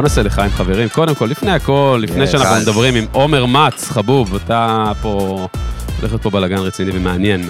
בוא נעשה לחיים חברים. קודם כל, לפני הכל, לפני שאנחנו מדברים עם עומר מצ, חבוב, אתה פה, הולכת פה בלגן רציני ומעניין.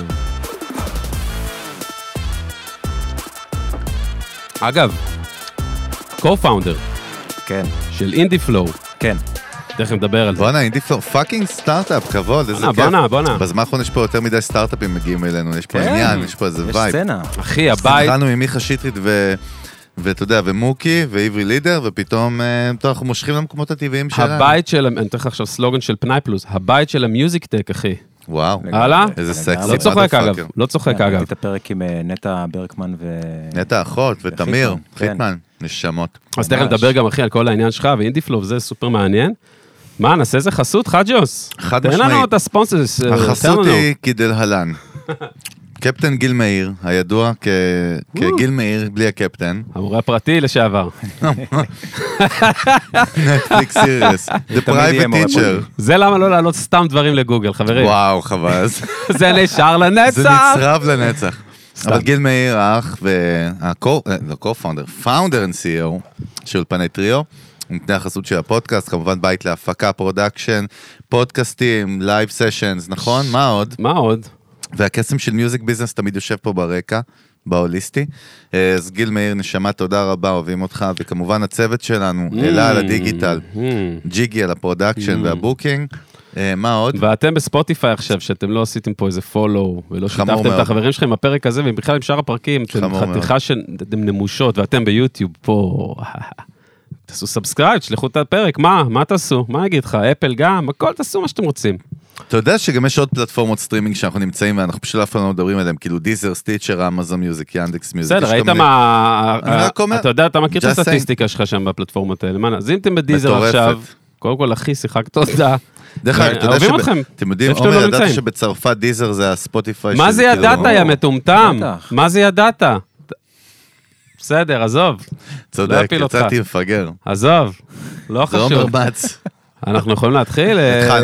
אגב, co-founder. כן. של אינדי פלואו. כן. תכף נדבר על זה. בואנה, אינדי פלואו, פאקינג סטארט-אפ, כבוד, איזה כיף. בואנה. בזמן האחרון יש פה יותר מדי סטארט-אפים מגיעים אלינו, יש פה עניין, יש פה איזה וייב. יש סצנה. אחי, הבית... התחלנו עם מיכה שטרית ואתה יודע, ומוקי, ועברי לידר, ופתאום אנחנו מושכים למקומות הטבעיים שלנו. הבית של, אני אתן לך עכשיו סלוגן של פנאי פלוס, הבית של המיוזיק טק, אחי. וואו. הלאה? איזה סקסי. לא צוחק אגב, לא צוחק אגב. ראיתי את הפרק עם נטע ברקמן נטע אחות ותמיר, חיטמן, נשמות. אז תכף נדבר גם אחי על כל העניין שלך, ואינדי פלואו, זה סופר מעניין. מה, נעשה איזה חסות, חג'וס? חד תן משמעית. לנו את הספונסרס, החסות היא כדלהלן. קפטן גיל מאיר, הידוע כגיל מאיר בלי הקפטן. המורה הפרטי לשעבר. נטפליקס סיריוס. The private teacher. זה למה לא לעלות סתם דברים לגוגל, חברים. וואו, חבל. זה נשאר לנצח. זה נצרב לנצח. אבל גיל מאיר, האח וה-co-founder, founder and CEO של אולפני טריו, הוא נותן החסות של הפודקאסט, כמובן בית להפקה, פרודקשן, פודקאסטים, לייב סשנס, נכון? מה עוד? מה עוד? והקסם של מיוזיק ביזנס תמיד יושב פה ברקע, בהוליסטי. אז גיל מאיר, נשמה, תודה רבה, אוהבים אותך, וכמובן הצוות שלנו, אלה על הדיגיטל, ג'יגי על הפרודקשן והבוקינג, מה עוד? ואתם בספוטיפיי עכשיו, שאתם לא עשיתם פה איזה פולו, ולא שיתפתם את החברים שלכם בפרק הזה, ובכלל עם שאר הפרקים, אתם חתיכה שאתם נמושות, ואתם ביוטיוב פה, תעשו סאבסקרייב, תשלחו את הפרק, מה תעשו? מה נגיד לך? אפל גם, הכל תעשו מה שאתם רוצים. אתה יודע שגם יש עוד פלטפורמות סטרימינג שאנחנו נמצאים, ואנחנו פשוט אף פעם לא מדברים עליהם, כאילו דיזר, סטיצ'ר, אמזון מיוזיק, ינדקס מיוזיק. בסדר, ראית מה... אתה יודע, אתה מכיר את הסטטיסטיקה שלך שם בפלטפורמות האלה. אז אם אתם בדיזר עכשיו, קודם כל, אחי, שיחק תודה. דרך אגב, אתם יודעים, עומר, ידעת שבצרפת דיזר זה הספוטיפיי. מה זה ידעת, יא מטומטם? מה זה ידעת? בסדר, עזוב. צודק, יצאתי מפגר. עזוב, לא חשוב. זה עומר בץ. אנחנו יכולים להתחיל?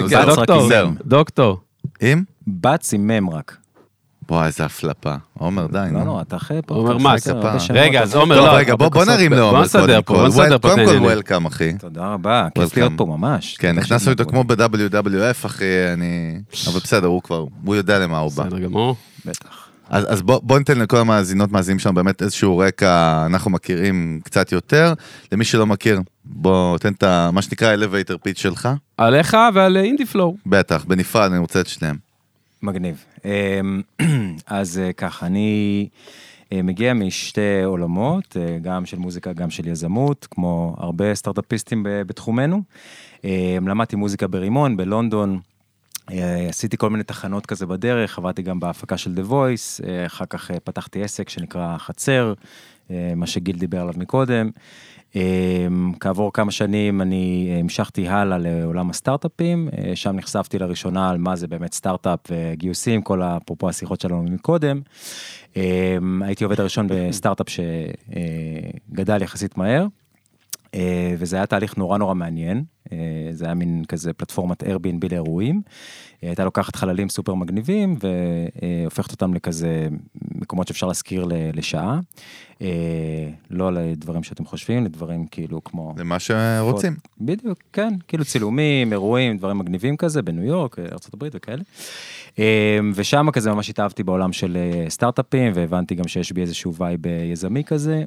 דוקטור. עם? בץ עם מם רק. וואי, איזה הפלפה. עומר, די. לא, אתה אחרי פה. עומר מה? רגע, אז עומר לא. רגע, בוא נרים לעומר. בוא נסדר פה. קודם כל וולקאם, אחי. תודה רבה, כיף להיות פה ממש. כן, נכנסנו איתו כמו ב-WWF, אחי, אבל בסדר, הוא יודע למה הוא בא. בסדר גמור. בטח. אז בוא ניתן לכל המאזינות מאזינים שם באמת איזשהו רקע, אנחנו מכירים קצת יותר, למי שלא מכיר, בוא תן את מה שנקרא elevator pitch שלך. עליך ועל אינדי פלואו. בטח, בנפרד, אני רוצה את שניהם. מגניב. אז ככה, אני מגיע משתי עולמות, גם של מוזיקה, גם של יזמות, כמו הרבה סטארט-אפיסטים בתחומנו. למדתי מוזיקה ברימון, בלונדון, עשיתי כל מיני תחנות כזה בדרך, עבדתי גם בהפקה של The Voice, אחר כך פתחתי עסק שנקרא חצר, מה שגיל דיבר עליו מקודם. כעבור כמה שנים אני המשכתי הלאה לעולם הסטארט-אפים, שם נחשפתי לראשונה על מה זה באמת סטארט-אפ וגיוסים, כל אפרופו השיחות שלנו מקודם. הייתי עובד הראשון בסטארט-אפ שגדל יחסית מהר, וזה היה תהליך נורא נורא מעניין, זה היה מין כזה פלטפורמת Airbnb לאירועים, הייתה לוקחת חללים סופר מגניבים, והופכת אותם לכזה מקומות שאפשר להזכיר לשעה, לא לדברים שאתם חושבים, לדברים כאילו כמו... למה שרוצים. בדיוק, כן, כאילו צילומים, אירועים, דברים מגניבים כזה, בניו יורק, ארצות הברית וכאלה, ושם כזה ממש התאהבתי בעולם של סטארט-אפים, והבנתי גם שיש בי איזשהו וייב יזמי כזה,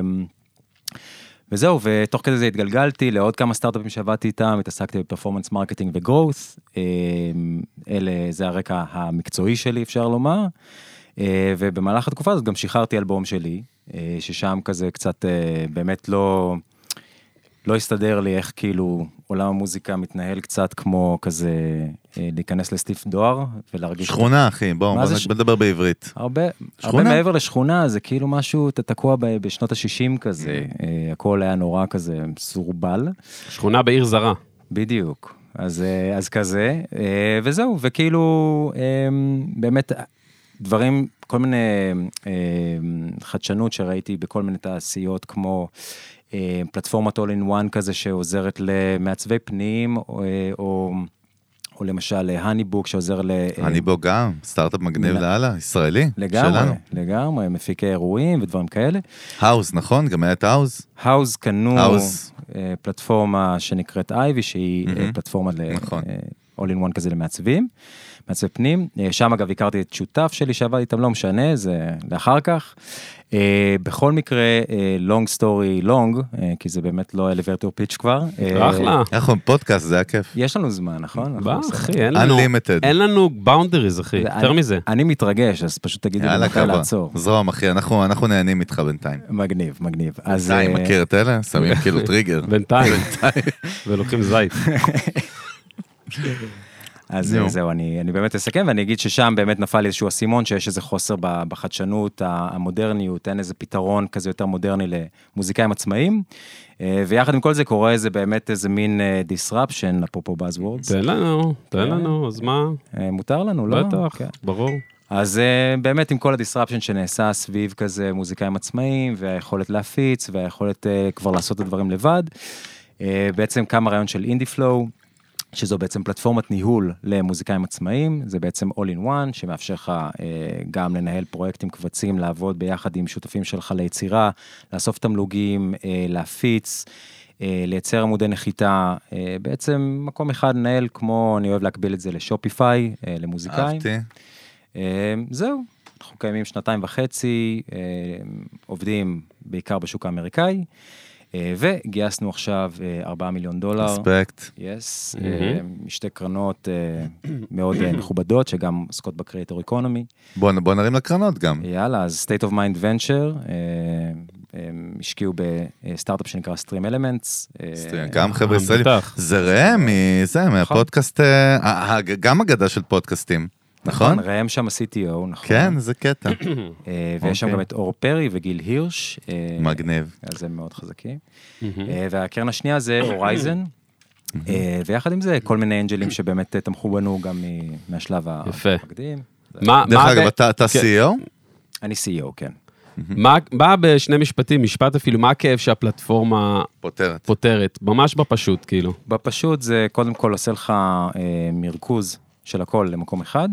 וזהו, ותוך כדי זה התגלגלתי לעוד כמה סטארט-אפים שעבדתי איתם, התעסקתי בפרפורמנס מרקטינג וגרוס, זה הרקע המקצועי שלי, אפשר לומר, ובמהלך התקופה הזאת גם שחררתי אלבום שלי, ששם כזה קצת באמת לא הסתדר לי איך כאילו עולם המוזיקה מתנהל קצת כמו כזה להיכנס לסטיף דואר ולהרגיש... שכונה אחי, בואו נדבר בעברית. הרבה מעבר לשכונה, זה כאילו משהו תקוע בשנות ה-60 כזה, הכל היה נורא כזה סורבל. שכונה בעיר זרה. בדיוק, אז כזה, וזהו, וכאילו באמת דברים, כל מיני חדשנות שראיתי בכל מיני תעשיות כמו... פלטפורמת all in one כזה שעוזרת למעצבי פנים, או או למשל הניבוק שעוזר הניבוק גם, סטארט-אפ מגניב לאללה, ישראלי, שלנו. לגמרי, מפיקי אירועים ודברים כאלה. האוז, נכון? גם היה את האוז? האוז קנו פלטפורמה שנקראת אייבי, שהיא פלטפורמה all in one כזה למעצבים, מעצבי פנים. שם אגב הכרתי את שותף שלי שעבד איתם, לא משנה, זה לאחר כך. בכל מקרה, long story long, כי זה באמת לא elevator pitch כבר. אחלה. אנחנו פודקאסט, זה היה כיף. יש לנו זמן, נכון? אחי, אין לנו boundaries, אחי, יותר מזה. אני מתרגש, אז פשוט תגידי לי מתי לעצור. זרום, אחי, אנחנו נהנים איתך בינתיים. מגניב. בינתיים, מכיר את אלה? שמים כאילו טריגר. בינתיים. ולוקחים זית. אז זהו, אני באמת אסכם, ואני אגיד ששם באמת נפל איזשהו אסימון, שיש איזה חוסר בחדשנות, המודרניות, אין איזה פתרון כזה יותר מודרני למוזיקאים עצמאיים, ויחד עם כל זה קורה איזה באמת איזה מין disruption, אפרופו buzzwords. תן לנו, אז מה? מותר לנו, לא? בטח, ברור. אז באמת עם כל הדיסרפשן שנעשה סביב כזה מוזיקאים עצמאיים, והיכולת להפיץ, והיכולת כבר לעשות את הדברים לבד, בעצם קם הרעיון של אינדי פלואו, שזו בעצם פלטפורמת ניהול למוזיקאים עצמאיים, זה בעצם all in one, שמאפשר לך גם לנהל פרויקטים קבצים, לעבוד ביחד עם שותפים שלך ליצירה, לאסוף תמלוגים, להפיץ, לייצר עמודי נחיתה, בעצם מקום אחד לנהל, כמו אני אוהב להקביל את זה לשופיפיי, למוזיקאים. אהבתי. זהו, אנחנו קיימים 2.5, עובדים בעיקר בשוק האמריקאי, וגייסנו עכשיו $4 מיליון. אספקט. יס, משתי קרנות מאוד מכובדות, שגם עוסקות בקריאטור אקונומי. בוא נרים לקרנות גם. יאללה, אז State of Mind Venture, השקיעו בסטארט-אפ שנקרא Stream Elements. גם חבר'ה ישראלים. זה רעם, מהפודקאסט, גם אגדה של פודקאסטים. נכון? ראם שם ה-CTO, נכון. כן, זה קטע. ויש שם גם את אור פרי וגיל הירש. מגניב. אז הם מאוד חזקים. והקרן השנייה זה הורייזן, ויחד עם זה, כל מיני אנג'לים שבאמת תמכו בנו גם מהשלב המקדים. דרך אגב, אתה CEO? אני CEO, כן. מה בשני משפטים, משפט אפילו, מה הכאב שהפלטפורמה פותרת? ממש בפשוט, כאילו. בפשוט זה קודם כל עושה לך מרכוז של הכל למקום אחד,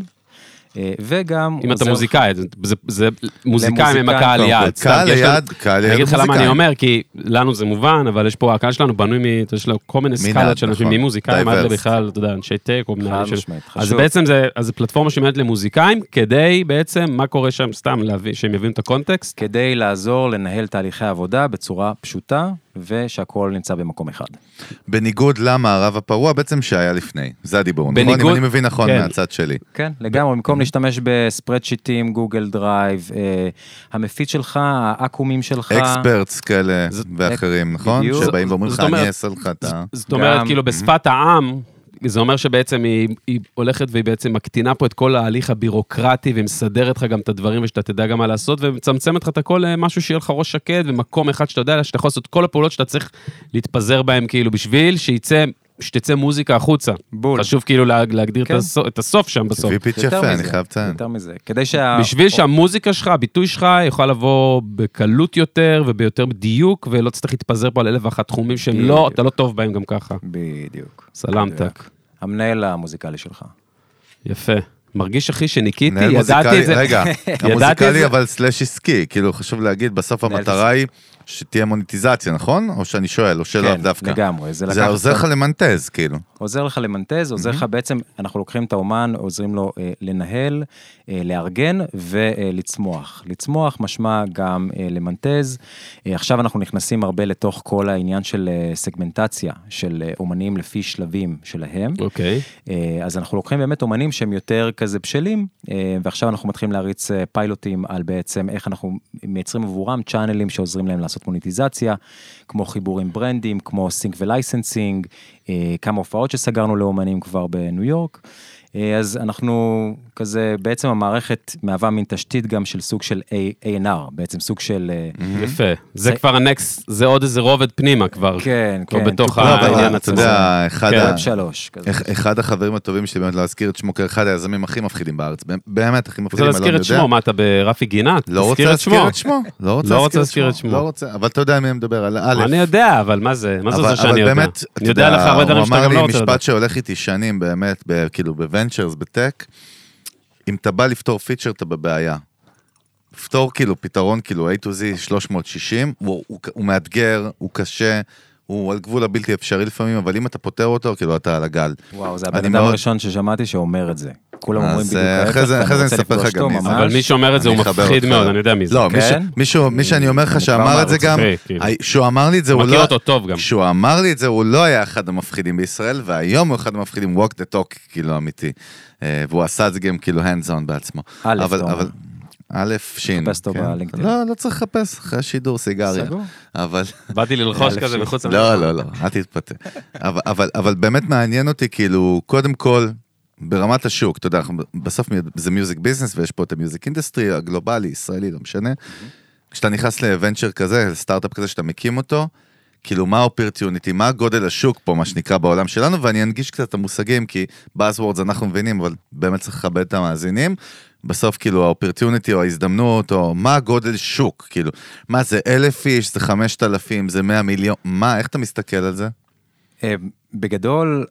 וגם... אם אתה מוזיקאי, זה מוזיקאים עם הקהל יד. קהל יד, אני אגיד לך למה אני אומר, כי לנו זה מובן, אבל יש פה, הקהל שלנו בנוי יש לו כל מיני סקלות של אנשים ממוזיקאים, עד בכלל, אתה יודע, אנשי טק או מנהל של... אז בעצם זה פלטפורמה שמיינת למוזיקאים, כדי בעצם, מה קורה שם סתם, שהם יבינו את הקונטקסט? כדי לעזור לנהל תהליכי עבודה בצורה פשוטה, ושהכל נמצא במקום אחד. בניגוד למערב הפרוע בעצם שהיה לפני, זה הדיבור, נכון? אם אני מבין נכון מהצד שלי. כן, לגמרי, במקום להשתמש בספרדשיטים, גוגל דרייב, המפיץ שלך, האקומים שלך. אקספרטס כאלה ואחרים, נכון? שבאים ואומרים לך, אני אעשה לך את ה... זאת אומרת, כאילו בשפת העם, זה אומר שבעצם היא הולכת והיא בעצם מקטינה פה את כל ההליך הבירוקרטי, ומסדרת לך גם את הדברים ושאתה תדע גם מה לעשות, ומצמצמת לך את הכל משהו שיהיה לך ראש שקט, ומקום אחד שאתה יודע, שאתה יכול לעשות כל הפעולות שאתה צריך להתפזר בהם, כאילו בשביל שתצא מוזיקה החוצה. בול. חשוב כאילו להגדיר את הסוף שם בסוף. הביא פיץ' יפה, אני חייב לציין. יותר מזה. בשביל שהמוזיקה שלך, הביטוי שלך, יוכל לבוא בקלות יותר, וביותר דיוק, ולא צריך להתפזר פה על 1,001 תחומים שהם לא, אתה לא טוב בהם גם ככה. בדיוק. סלמתק. המנהל המוזיקלי שלך. יפה. מרגיש אחי שניקיתי, ידעתי את זה. רגע, המוזיקלי אבל סלש עסקי, כאילו חשוב להגיד, בסוף המטרה היא שתהיה מוניטיזציה, נכון? או שאני שואל, או שלא דווקא. כן, לגמרי. זה עוזר לך למנטז, כאילו. עוזר לך למנטז, עוזר לך בעצם, אנחנו לוקחים את האומן, עוזרים לו לנהל, לארגן ולצמוח. לצמוח משמע גם למנטז. עכשיו אנחנו נכנסים הרבה לתוך כל העניין של סגמנטציה, של אומנים לפי שלבים שלהם. אוקיי. אז אנחנו לוקחים באמת אומנים שהם יותר כזה בשלים, ועכשיו אנחנו מתחילים להריץ פיילוטים על בעצם איך אנחנו מייצרים עבורם צ'אנלים שעוזרים להם לעשות מוניטיזציה, כמו חיבורים ברנדים, כמו סינק ולייסנסינג, כמה הופעות שסגרנו לאומנים כבר בניו יורק, אז אנחנו כזה, בעצם המערכת מהווה מין תשתית גם של סוג של A&R, בעצם סוג של... יפה, זה כבר הנקסט, זה עוד איזה רובד פנימה כבר. כן, כבר כן. בתוך העניין עצמו. אחד החברים הטובים שלי, באמת להזכיר את שמו כאחד היזמים הכי מפחידים בארץ, באמת הכי מפחידים, אתה להזכיר את שמו, מה אתה ברפי גינת? לא רוצה להזכיר את שמו. לא רוצה להזכיר את שמו. לא רוצה, אבל אתה יודע מי מדבר על א'. אני יודע, אבל מה זה? מה זה שאני יודע? אני יודע לך הרבה דברים שאתה גם לא רוצה לדעת. משפט שהולך איתי שנים באמת, כאילו בוונצ'רס, בטק, אם אתה בא לפתור פיצ'ר, אתה בבעיה. לפתור כאילו פתרון כאילו A to Z 360, הוא מאתגר, הוא קשה, הוא על גבול הבלתי אפשרי לפעמים, אבל אם אתה פותר אותו, כאילו אתה על הגל. וואו, זה הבן אדם הראשון ששמעתי שאומר את זה. כולם אומרים בדיוק אחרי זה אני אספר לך גם מי זה. אבל מי שאומר את זה הוא מפחיד מאוד, אני יודע מי זה. לא, מי שאני אומר לך שאמר את זה גם, שהוא אמר לי את זה, הוא מכיר אותו טוב גם. שהוא אמר לי את זה, הוא לא היה אחד המפחידים בישראל, והיום הוא אחד המפחידים, walk the talk, כאילו אמיתי. והוא עשה את זה גם כאילו hands on בעצמו. א', שין. חפש אותו בלינקדאין. לא צריך לחפש, אחרי שידור סיגריה. סגור. אבל... באתי ללחוש כזה מחוץ... לא, אל תתפתה. אבל באמת מעניין אותי, כאילו, קודם כל, ברמת השוק, אתה יודע, בסוף זה מיוזיק ביזנס, ויש פה את המיוזיק אינדסטרי, הגלובלי, ישראלי, לא משנה. כשאתה נכנס לוונצ'ר כזה, לסטארט-אפ כזה שאתה מקים אותו, כאילו מה האופרטיוניטי, מה הגודל השוק פה, מה שנקרא בעולם שלנו, ואני אנגיש קצת את המושגים, כי Buzzwords אנחנו מבינים, אבל באמת צריך לכבד את המאזינים. בסוף כאילו האופרטיוניטי או ההזדמנות, או מה הגודל שוק, כאילו, מה זה 1,000 איש, זה 5,000, זה 100 מיליון, מה, איך אתה מסתכל על זה? בגדול,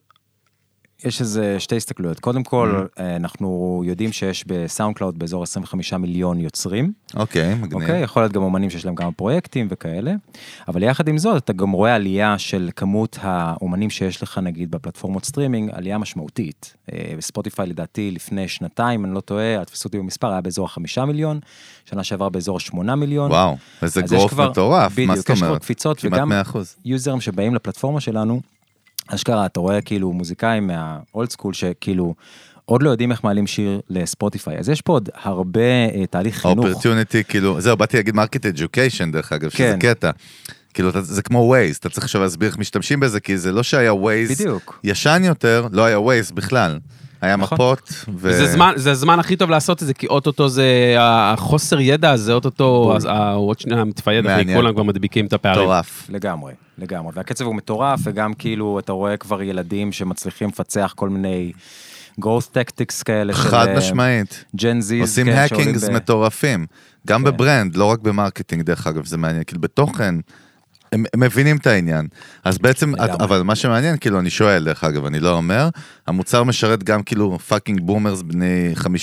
יש איזה שתי הסתכלויות. קודם כל, אנחנו יודעים שיש בסאונד קלאוד באזור 25 מיליון יוצרים. אוקיי, מגניב. אוקיי, יכול להיות גם אומנים שיש להם כמה פרויקטים וכאלה, אבל יחד עם זאת, אתה גם רואה עלייה של כמות האומנים שיש לך, נגיד, בפלטפורמות סטרימינג, עלייה משמעותית. בספוטיפיי, לדעתי, לפני שנתיים, אני לא טועה, התפסו אותי במספר, היה באזור 5 מיליון, שנה שעבר באזור 8 מיליון. וואו, וזה גרוף מטורף, מה זאת אומרת? יש כבר קפיצות, וגם יוזרים שבאים לפלטפורמה שלנו, אשכרה, אתה רואה כאילו מוזיקאים מהאולד סקול שכאילו עוד לא יודעים איך מעלים שיר לספוטיפיי, אז יש פה עוד הרבה תהליך חינוך. אופרטיוניטי, כאילו, זהו, באתי להגיד מרקט אדיוקיישן דרך אגב, שזה קטע. כאילו, זה כמו ווייז, אתה צריך עכשיו להסביר איך משתמשים בזה, כי זה לא שהיה ווייז ישן יותר, לא היה ווייז בכלל. היה מפות. זה הזמן הכי טוב לעשות את זה, כי אוטוטו זה, החוסר ידע הזה, אוטוטו, עוד שנייה מתפייד, אחרי כולם כבר מדביקים את הפערים. מטורף. לגמרי. והקצב הוא מטורף, וגם כאילו, אתה רואה כבר ילדים שמצליחים לפצח כל מיני growth tactics כאלה. חד משמעית. ג'ן זיז. עושים האקינגס מטורפים. גם בברנד, לא רק במרקטינג, דרך אגב, זה מעניין. כאילו, בתוכן, הם מבינים את העניין. אז בעצם, אבל מה שמעניין, כאילו, אני שואל, דרך אגב, אני לא אומר, המוצר משרת גם כאילו פאקינג בומרס בני 50-60,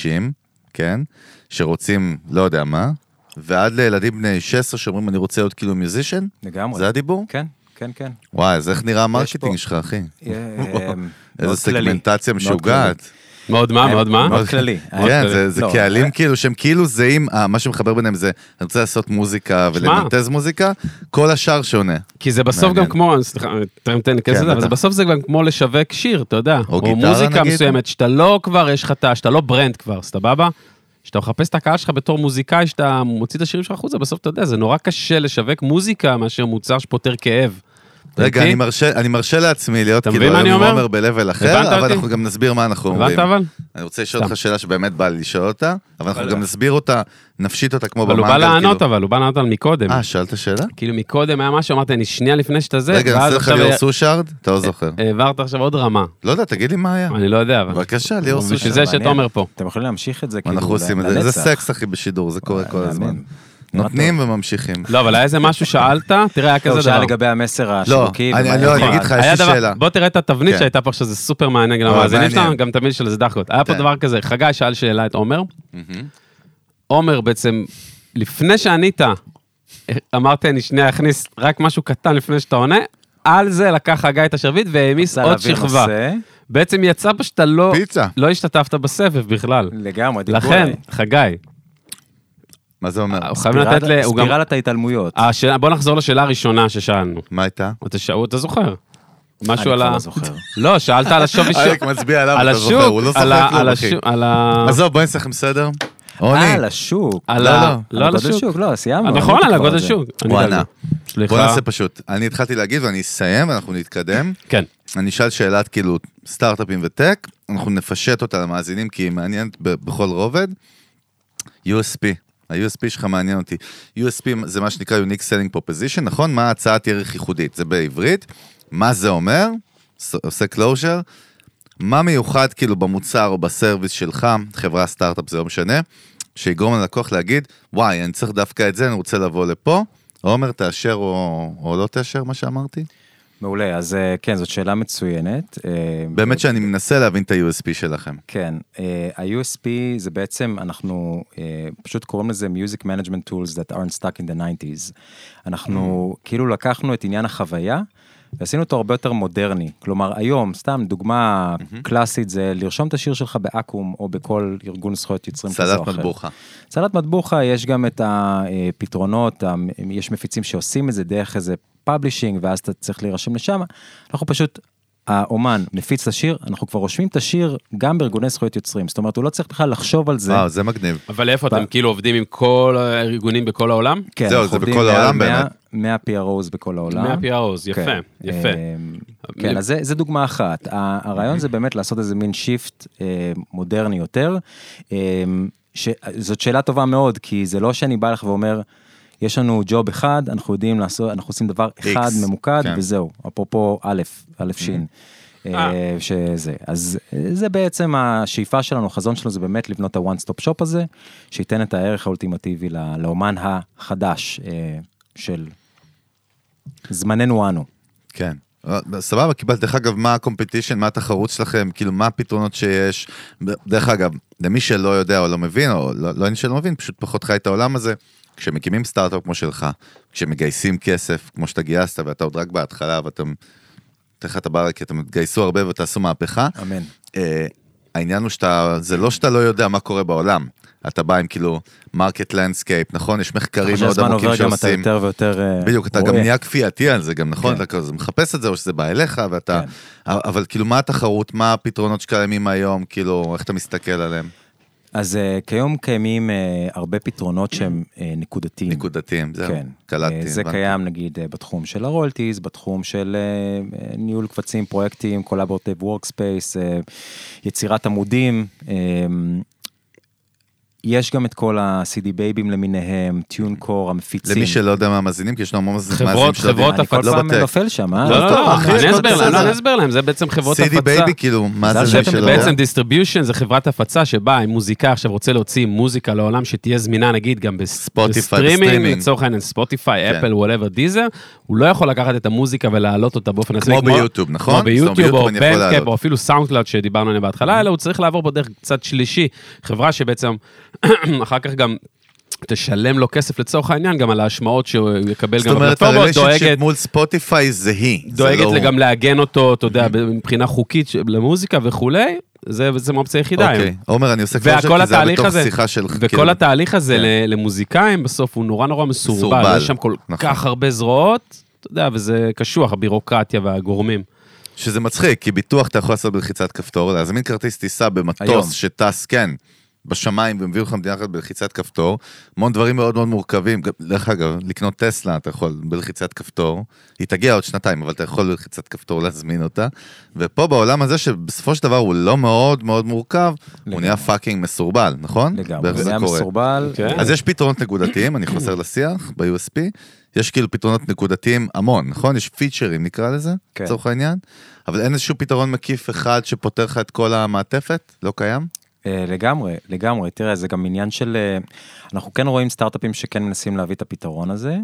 כן? שרוצים, לא יודע מה, ועד לילדים בני 16 שאומרים, אני רוצה להיות כאילו מיוזישן? לגמרי. זה הדיבור? כן. וואי, אז איך נראה המרקטינג שלך, אחי? איזו סגמנטציה משוגעת. מאוד מה? מאוד כללי. כן, זה קהלים כאילו, שהם כאילו זהים, מה שמחבר ביניהם זה, אני רוצה לעשות מוזיקה ולמנטז מוזיקה, כל השאר שונה. כי זה בסוף גם כמו, סליחה, תן לי כזה, אבל זה בסוף זה גם כמו לשווק שיר, אתה יודע, או מוזיקה מסוימת, שאתה לא כבר, יש לך, שאתה לא ברנד כבר, סבבה? שאתה מחפש את הקהל שלך בתור מוזיקאי, שאתה מוציא את השירים שלך החוצה, בסוף אתה יודע, זה נורא קשה לשווק מוזיקה מאשר מוצר שפותר כאב. רגע, אני מרשה לעצמי להיות כאילו היום אומר בלבל אחר, אבל אנחנו גם נסביר מה אנחנו אומרים. הבנת אבל? אני רוצה לשאול אותך שאלה שבאמת בא לי לשאול אותה, אבל אנחנו גם נסביר אותה, נפשיט אותה כמו במנגל. אבל הוא בא לענות על מקודם. שאלת שאלה? כאילו מקודם היה משהו, אמרתי, אני שנייה לפני שאתה זה. רגע, נעשה לך ליאור סושארד? אתה לא זוכר. העברת עכשיו עוד רמה. לא יודע, תגיד לי מה היה. אני לא יודע, אבל. בבקשה, ליאור סושארד. בשביל זה שתומר פה. אתם יכולים להמשיך את זה אנחנו עושים את זה. זה סקס, אחי, בשידור, זה קורה כל הזמן. נותנים וממשיכים. לא, אבל היה איזה משהו שאלת, תראה, היה כזה דבר. שאלה לגבי המסר השיווקי. לא, אני אגיד לך, יש לי שאלה. בוא תראה את התבנית שהייתה פה, שזה סופר מעניין, גם המאזינים שלנו, גם תמיד של איזה דחקות. היה פה דבר כזה, חגי שאל שאלה את עומר. עומר בעצם, לפני שענית, אמרתי, אני שנייה אכניס רק משהו קטן לפני שאתה עונה, על זה לקח חגי את השרביט והעמיס עוד שכבה. בעצם יצא פה שאתה לא השתתפת בסבב בכלל. לגמרי, לכן, חגי, מה זה אומר? ספירלת ההתעלמויות. בוא נחזור לשאלה הראשונה ששאלנו. מה הייתה? אתה זוכר. משהו על אני כבר לא זוכר. לא, שאלת על השווי שוק. אלק מצביע עליו, אתה זוכר, הוא לא זוכר כלום, אחי. עזוב, בוא נצטרך עם סדר. על השוק. לא על השוק. לא, סיימנו. נכון, על הגודל שוק. בוא נעשה פשוט. אני התחלתי להגיד ואני אסיים ואנחנו נתקדם. כן. אני אשאל שאלת כאילו סטארט-אפים וטק, אנחנו נפשט אותה למאזינים, כי היא מעניינת בכל רובד. USP, ה-USP שלך מעניין אותי. USP זה מה שנקרא Unique Selling Proposition, נכון? מה הצעת ערך ייחודית? זה בעברית. מה זה אומר? עושה closure. מה מיוחד כאילו במוצר או בסרוויס שלך, חברה סטארט-אפ זה לא משנה, שיגרום ללקוח להגיד, וואי, אני צריך דווקא את זה, אני רוצה לבוא לפה. עומר, תאשר או לא תאשר מה שאמרתי? מעולה, אז כן, זאת שאלה מצוינת. באמת שאני מנסה להבין את ה-USP שלכם. כן, ה-USP זה בעצם, אנחנו פשוט קוראים לזה Music Management Tools that aren't stuck in the 90s. אנחנו כאילו לקחנו את עניין החוויה, ועשינו אותו הרבה יותר מודרני. כלומר, היום, סתם דוגמה קלאסית, זה לרשום את השיר שלך באקום, או בכל ארגון זכויות יוצרים כזה או אחר. סלט מטבוחה. סלט מטבוחה, יש גם את הפתרונות, יש מפיצים שעושים את זה דרך איזה פאבלישינג, ואז אתה צריך להירשם לשם. אנחנו פשוט, האומן מפיץ את השיר, אנחנו כבר רושמים את השיר גם בארגוני זכויות יוצרים. זאת אומרת, הוא לא צריך בכלל לחשוב על זה. זה מגניב. אבל איפה אתם כאילו עובדים עם כל הארגונים בכל העולם? כן, זהו, זה בכל העולם באמת. 100 PROs בכל העולם. 100 PROs, יפה, יפה. כן, אז זה דוגמה אחת. הרעיון זה באמת לעשות איזה מין שיפט מודרני יותר. זאת שאלה טובה מאוד, כי זה לא שאני בא לך ואומר, יש לנו ג'וב אחד, אנחנו יודעים לעשות, אנחנו עושים דבר אחד ממוקד, וזהו. אפרופו א' שין. שזה. אז זה בעצם השאיפה שלנו, החזון שלנו זה באמת לבנות ה-one stop shop הזה, שייתן את הערך האולטימטיבי לאומן החדש של זמננו אנו. כן. סבבה, קיבלת, דרך אגב, מה הקומפיטישן, מה התחרות שלכם, כאילו מה הפתרונות שיש, דרך אגב, למי שלא יודע או לא מבין, או לא אני שלא מבין, פשוט פחות חי את העולם הזה, כשמקימים סטארט-אפ כמו שלך, כשמגייסים כסף, כמו שאתה גייסת, ואתה עוד רק בהתחלה, ואתם, תחת הבא, כי אתם תגייסו הרבה ותעשו מהפכה. אמן. העניין הוא זה לא שאתה לא יודע מה קורה בעולם, אתה בא עם כאילו מרקט לנדסקייפ, נכון? יש מחקרים מאוד עמוקים שעושים. יותר ויותר בדיוק, אתה גם נהיה כפייתי על זה, גם נכון? אתה מחפש את זה, או שזה בא אליך, ואתה... אבל כאילו, מה התחרות, מה הפתרונות שקיימים היום, כאילו, איך אתה מסתכל עליהם? אז כיום קיימים הרבה פתרונות שהם נקודתיים. נקודתיים, זהו, כן. קלטתי. זה קיים נגיד בתחום של הרולטיז, בתחום של ניהול קבצים, פרויקטים, קולאבורטיב וורקספייס, יצירת עמודים, יש גם את כל ה-CD בייבים למיניהם, טיון קור, המפיצים. למי שלא יודע מה מאזינים, כי יש לנו חברות הפצה. אני כל פעם נופל שם, לא, אני אסבר להם, זה בעצם חברות הפצה. CD בייבי, כאילו, מה זה שלא? בעצם דיסטריביושן זה חברת הפצה שבה עם מוזיקה, עכשיו רוצה להוציא מוזיקה לעולם שתהיה זמינה, נגיד, גם בסטרימינג, לצורך העניין, ספוטיפיי, אפל, וואטאבר, דיזר, הוא לא יכול לקחת את המוזיקה ולהעלות אותה באופן עצמי. כמו ביוטיוב, נכון? כמו ביוטיוב, או בנדקאפ, או אפילו סאונדקלאוד שדיברנו עליהם בהתחלה, אלא הוא צריך לעבור בדרך קצת שלישי, חברה שבעצם אחר כך גם תשלם לו כסף לצורך העניין, גם על ההשמעות שהוא יקבל גם בפלטפורמות, זאת אומרת, הרליישנשיפ מול ספוטיפיי זה היא. דואגת גם להגן אותו, אתה יודע, מבחינה חוקית למוזיקה וכולי, זה מאופציה יחידה. אוקיי, עומר, אני עושה קלוז'ר, כי זה היה בתוך שיחה של... וכל התהליך הזה למוזיקאים, בסוף הוא נורא נורא מסורבל, יש שם כל כך הרבה זרועות, אתה יודע, וזה קשוח, הבירוקרטיה והגורמים. שזה מצחיק, כי ביטוח אתה יכול לעשות בלחיצת כפתור, להזמין כרטיס טיסה במטוס שטס, כן, בשמיים, ומביאו לך מדינה אחת בלחיצת כפתור, המון דברים מאוד מאוד מורכבים, דרך אגב, לקנות טסלה, אתה יכול בלחיצת כפתור, היא תגיע עוד שנתיים, אבל אתה יכול בלחיצת כפתור להזמין אותה, ופה בעולם הזה, שבסופו של דבר הוא לא מאוד מאוד מורכב, הוא נהיה פאקינג מסורבל, נכון? לגמרי, זה נהיה מסורבל. אז יש פתרונות נקודתיים, אני חוזר לשיח, ב-USP, יש כאילו פתרונות נקודתיים המון, נכון? יש פיצ'רים, נקרא לזה, לצורך העניין, אבל אין איזשהו פתרון מקיף אחד שפותר לך את כל המעטפת, לא קיים? לגמרי, תראה, זה גם עניין של, אנחנו כן רואים סטארט-אפים שכן מנסים להביא את הפתרון הזה,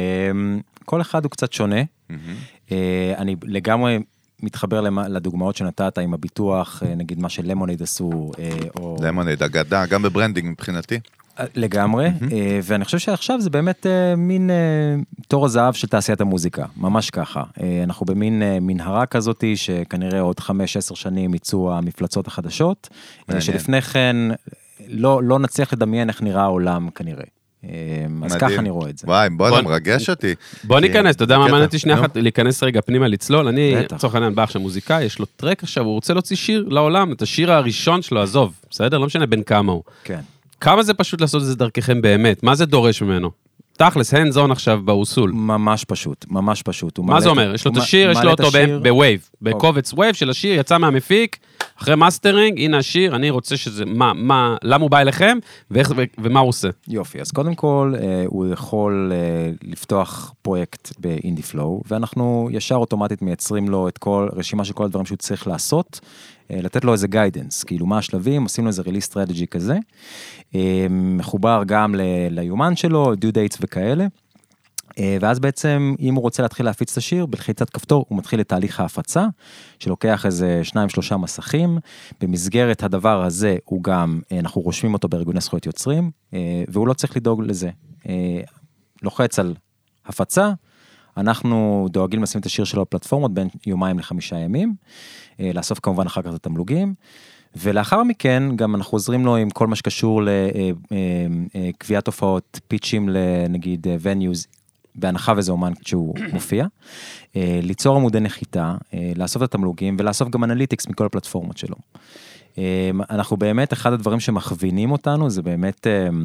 כל אחד הוא קצת שונה, אני לגמרי מתחבר לדוגמאות שנתת עם הביטוח, נגיד מה שלמונייד עשו, למונייד, אגדה, גם בברנדינג מבחינתי. לגמרי, ואני חושב שעכשיו זה באמת מין תור הזהב של תעשיית המוזיקה, ממש ככה. אנחנו במין מנהרה כזאת, שכנראה עוד 5-10 שנים ייצאו המפלצות החדשות, שלפני כן לא נצליח לדמיין איך נראה העולם כנראה. אז ככה אני רואה את זה. וואי, בוא מרגש אותי. בוא ניכנס, אתה יודע מה מעניין אותי שנייה אחת, להיכנס רגע פנימה לצלול, אני לצורך העניין בא עכשיו מוזיקאי, יש לו טרק עכשיו, הוא רוצה להוציא שיר לעולם, את השיר הראשון שלו, עזוב, בסדר? לא משנה בין כמה הוא. כן. כמה זה פשוט לעשות את זה דרככם באמת? מה זה דורש ממנו? תכלס, hands on עכשיו באוסול. ממש פשוט, ממש פשוט. מה זה אומר? יש לו את השיר, יש לו אותו בווייב, בקובץ ווייב של השיר, יצא מהמפיק, אחרי מאסטרינג, הנה השיר, אני רוצה שזה, למה הוא בא אליכם, ומה הוא עושה? יופי, אז קודם כל, הוא יכול לפתוח פרויקט באינדי פלואו, ואנחנו ישר אוטומטית מייצרים לו את כל, רשימה של כל הדברים שהוא צריך לעשות, לתת לו איזה גיידנס, כאילו מה השלבים, עושים לו איזה ריליס סטרטג'י כזה, מחובר גם ליומן שלו, due dates וכאלה, ואז בעצם, אם הוא רוצה להתחיל להפיץ את השיר, בלחיצת כפתור, הוא מתחיל את תהליך ההפצה, שלוקח איזה 2-3 מסכים, במסגרת הדבר הזה, הוא גם, אנחנו רושמים אותו בארגוני זכויות יוצרים, והוא לא צריך לדאוג לזה. לוחץ על הפצה, אנחנו דואגים לשים את השיר שלו בפלטפורמות, בין 2-5 ימים, לאסוף כמובן אחר כך את התמלוגים, ולאחר מכן, גם אנחנו עוזרים לו עם כל מה שקשור לקביעת הופעות, פיצ'ים לנגיד venues, בהנחה וזה אומן שהוא מופיע, ליצור עמודי נחיתה, לאסוף את התמלוגים, ולאסוף גם אנליטיקס מכל הפלטפורמות שלו. אנחנו באמת, אחד הדברים שמכווינים אותנו, זה באמת,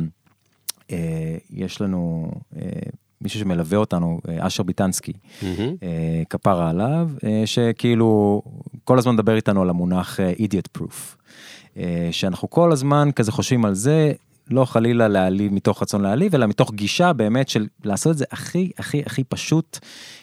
יש לנו מישהו שמלווה אותנו, אשר ביטנסקי, כפרה עליו, שכאילו, כל הזמן מדבר איתנו על המונח idiot proof, שאנחנו כל הזמן כזה חושבים על זה, לא חלילה להעליב, מתוך רצון להעליב, אלא מתוך גישה באמת של לעשות את זה הכי, הכי, הכי פשוט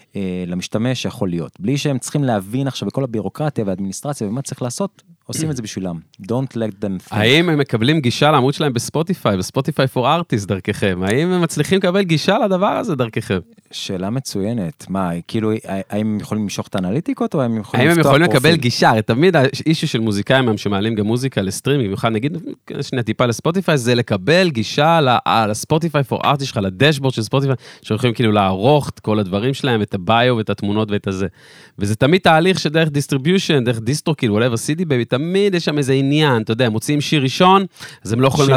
למשתמש שיכול להיות. בלי שהם צריכים להבין עכשיו בכל הבירוקרטיה והאדמיניסטרציה ומה צריך לעשות, עושים את זה בשבילם. Don't let them think. האם הם מקבלים גישה לעמוד שלהם בספוטיפיי, בספוטיפיי for artists דרככם? האם הם מצליחים לקבל גישה לדבר הזה דרככם? שאלה מצוינת. מה, כאילו, האם הם יכולים למשוך את האנליטיקות, או האם הם יכולים לפתוח פרופיל? האם הם יכולים לקבל גישה? הרי תמיד האישו של מוזיקאים הם שמעלים גם מוזיקה לסטרימינג, במיוחד נגיד, שנייה טיפה לספוטיפיי, זה לקבל גישה לספוטיפיי for artists שלך, לדשבורד של ספוטיפיי, שיכולים כאילו לערוך את כל הדברים שלהם, את הביו ואת התמונות ואת הזה. וזה תמיד תהליך שדרך דיסטריביושן, דרך דיסטרו, כאילו, whatever, CD baby, תמיד יש שם איזה עניין, אתה יודע, מוצאים שיר ראשון, אז הם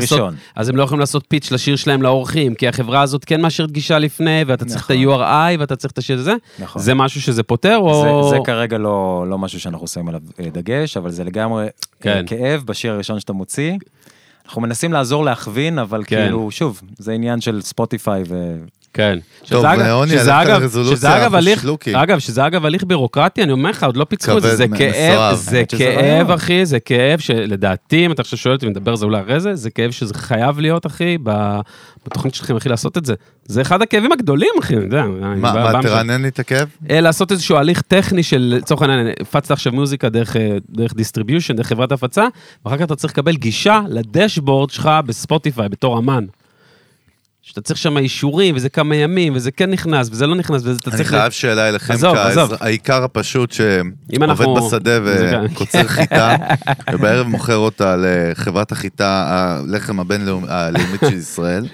לא יכולים לעשות פיץ' לשיר שלהם לאורחים, כי החברה הזאת כן מאשרת גישה לפני, ואתה צריך את ה-URI, ואתה צריך את השיר הזה. זה משהו שזה פותר, או... זה כרגע לא משהו שאנחנו עושים עליו דגש, אבל זה לגמרי כאב בשיר הראשון שאתה מוציא. אנחנו מנסים לעזור להכווין, אבל כאילו, שוב, זה עניין של ספוטיפיי ו... כן. טוב, נאוני, הלכת לרזולוציה, שזה אגב הליך בירוקרטי, אני אומר לך, עוד לא פיצחו את זה, זה כאב, אחי, זה כאב שלדעתי, אם אתה עכשיו שואל אותי, מדבר על זה אולי אחרי זה, זה כאב שזה חייב להיות, אחי, בתוכנית שלכם, אחי, לעשות את זה. זה אחד הכאבים הגדולים, אחי, אני יודע. מה, תרענן לי את הכאב? לעשות איזשהו הליך טכני של, לצורך העניין, הפצת עכשיו מוזיקה דרך דיסטריביושן, דרך חברת הפצה, ואחר כך אתה צריך לקבל גישה לדשבורד שלך בספוטיפיי, בתור אמן. שאתה צריך שם אישורים, וזה כמה ימים, וזה כן נכנס, וזה לא נכנס, וזה אתה צריך... אני חייב שאלה אליכם, העיקר הפשוט שעובד בשדה וקוצר חיטה, ובערב מוכר אותה לחברת החיטה, הלחם הלאומית של ישראל.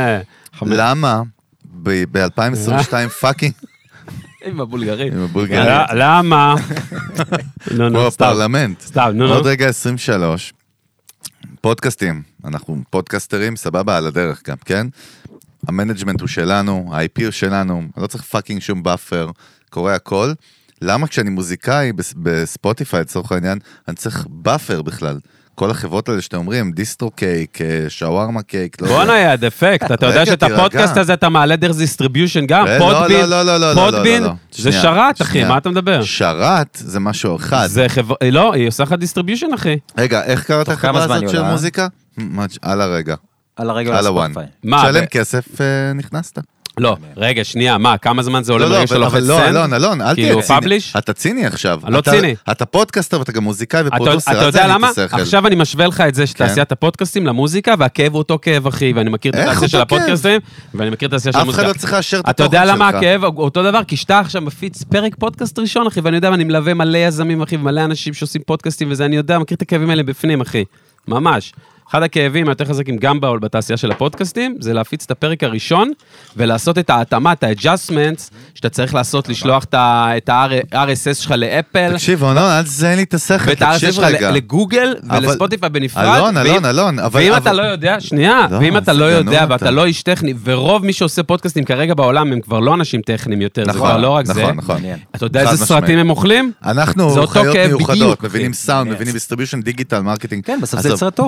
למה ב-2022 פאקינג... עם הבולגרים. למה? כמו הפרלמנט. עוד רגע 23. פודקאסטים, אנחנו פודקאסטרים, סבבה, על הדרך גם, כן? המנג'מנט הוא שלנו, ה-IP הוא שלנו, אני לא צריך פאקינג שום באפר, קורה הכל. למה כשאני מוזיקאי בספוטיפיי, לצורך העניין, אני צריך באפר בכלל? כל החברות האלה שאתם אומרים, דיסטרו קייק, שווארמה קייק, בוא נהיה, דפקט, אתה יודע שאת הפודקאסט הזה אתה מעלה דרך דיסטריביושן גם, פודבין, זה שרת, אחי, מה אתה מדבר? שרת זה משהו אחד. לא, היא עושה לך דיסטריביושן, אחי. רגע, איך קראת החברה הזאת של מוזיקה? על הרגע. על הרגע לספוטיפיי. שלם כסף נכנסת. לא, רגע, שנייה, מה, כמה זמן זה עולה ברגע שלא לוחץ סנד? אלון, אל תהיה ציני. אתה ציני עכשיו. לא ציני. אתה פודקאסטר ואתה גם מוזיקאי ופרודוסר. אתה יודע למה? עכשיו אני משווה לך את זה שתעשיית הפודקאסטים למוזיקה, והכאב הוא אותו כאב, אחי, ואני מכיר את התעשייה של הפודקאסטים, ואני מכיר את התעשייה של המוזיקה. אף אחד לא צריך לאשר את אתה התוכן שלך. יודע למה הכאב אותו דבר? כי שאתה עכשיו מפיץ פרק פודקאסט ראשון, אחי, ואני יודע, אני מלווה מלא יזמים, אחי, ומלא אנשים שעושים פודקאסטים, וזה אני יודע, מכיר את הכאבים האלה בפנים, אחי. ממש. אחד הכאבים היותר חזקים גם בתעשייה של הפודקאסטים, זה להפיץ את הפרק הראשון, ולעשות את ההתאמה, את ה-adjustments, שאתה צריך לעשות, לשלוח את ה-RSS שלך לאפל. תקשיב, אל תזיין לי את השכל, ואת ה-RSS שלך לגוגל, ולספוטיפיי בנפרד. אלון, ואם אתה לא יודע, שנייה, ואם אתה לא יודע, ואתה לא איש טכני, ורוב מי שעושה פודקאסטים כרגע בעולם, הם כבר לא אנשים טכניים יותר, זה כבר לא רק זה. אתה יודע איזה סרטים הם אוכלים? אנחנו חיות מיוחדות, מבינים סאונד, מבינים דיסטריביושן, דיגיטל, מרקטינג. כן, בסוף זה יוצר תוכן. לא,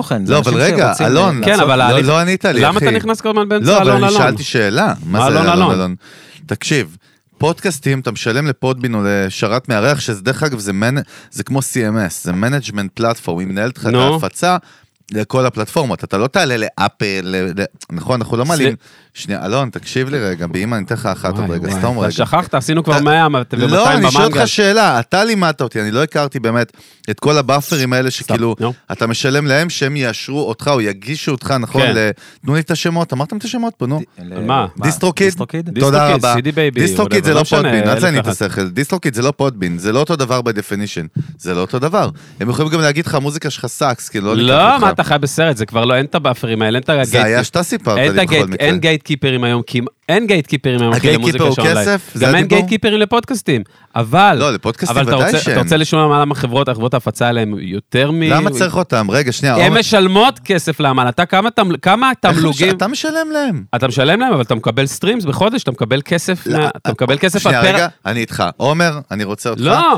אבל רגע, אלון, לא ענית לי, אחי. למה אתה נכנס כל הזמן באמצע אלון? אלון? לא, אבל אני שאלתי שאלה. מה זה אלון? תקשיב, פודקאסטים, אתה משלם לפודבין או לשרת מארח, שזה דרך אגב, זה כמו CMS, זה מנג'מנט פלטפורם, היא מנהלת לך את ההפצה לכל הפלטפורמות, אתה לא תעלה לאפל, נכון, אנחנו לא מעלים, שנייה, אלון, תקשיב לי רגע, באמא, אני אתן לך אחת עוד רגע, סתום רגע. שכחת, עשינו כבר 100 ו-200 במנגל. לא, אני שואל אותך שאלה, אתה לימדת אותי, אני לא הכרתי באמת את כל הבאפרים האלה שכאילו, אתה משלם להם שהם יאשרו אותך או יגישו אותך, נכון, תנו לי את השמות, אמרתם את השמות פה, נו. מה? דיסטרוקיד? תודה רבה. דיסטרוקיד זה לא פודבין, אל תעני את השכל. דיסטרוקיד זה לא פודבין, זה לא אותו דבר ב-definition, זה לא אותו דבר. הם יכולים גם להגיד לך, המוזיקה שלך סאקס, כאילו לא, מה אתה חי בסרט, זה כבר לא, אין את הבאפרים האלה, זה היה שאתה סיפרת לי בכל מקרה. אין גייטקיפרים היום, אין גייטקיפרים היום, הגייטקיפר הוא כסף? גם אין גייטקיפרים לפודקאסטים, אבל... לא, לפודקאסטים ודאי שאין. אתה רוצה לשמוע למה חברות ההפצה עליהם יותר מ... למה צריך אותם? רגע, שנייה. הן משלמות כסף לעמל, אתה כמה תמלוגים... אתה משלם להם. אתה משלם להם, אבל אתה מקבל סטרימס בחודש, אתה מקבל כסף... אתה מקבל כסף... שנייה, רגע, אני איתך. עומר, אני רוצה אותך. לא,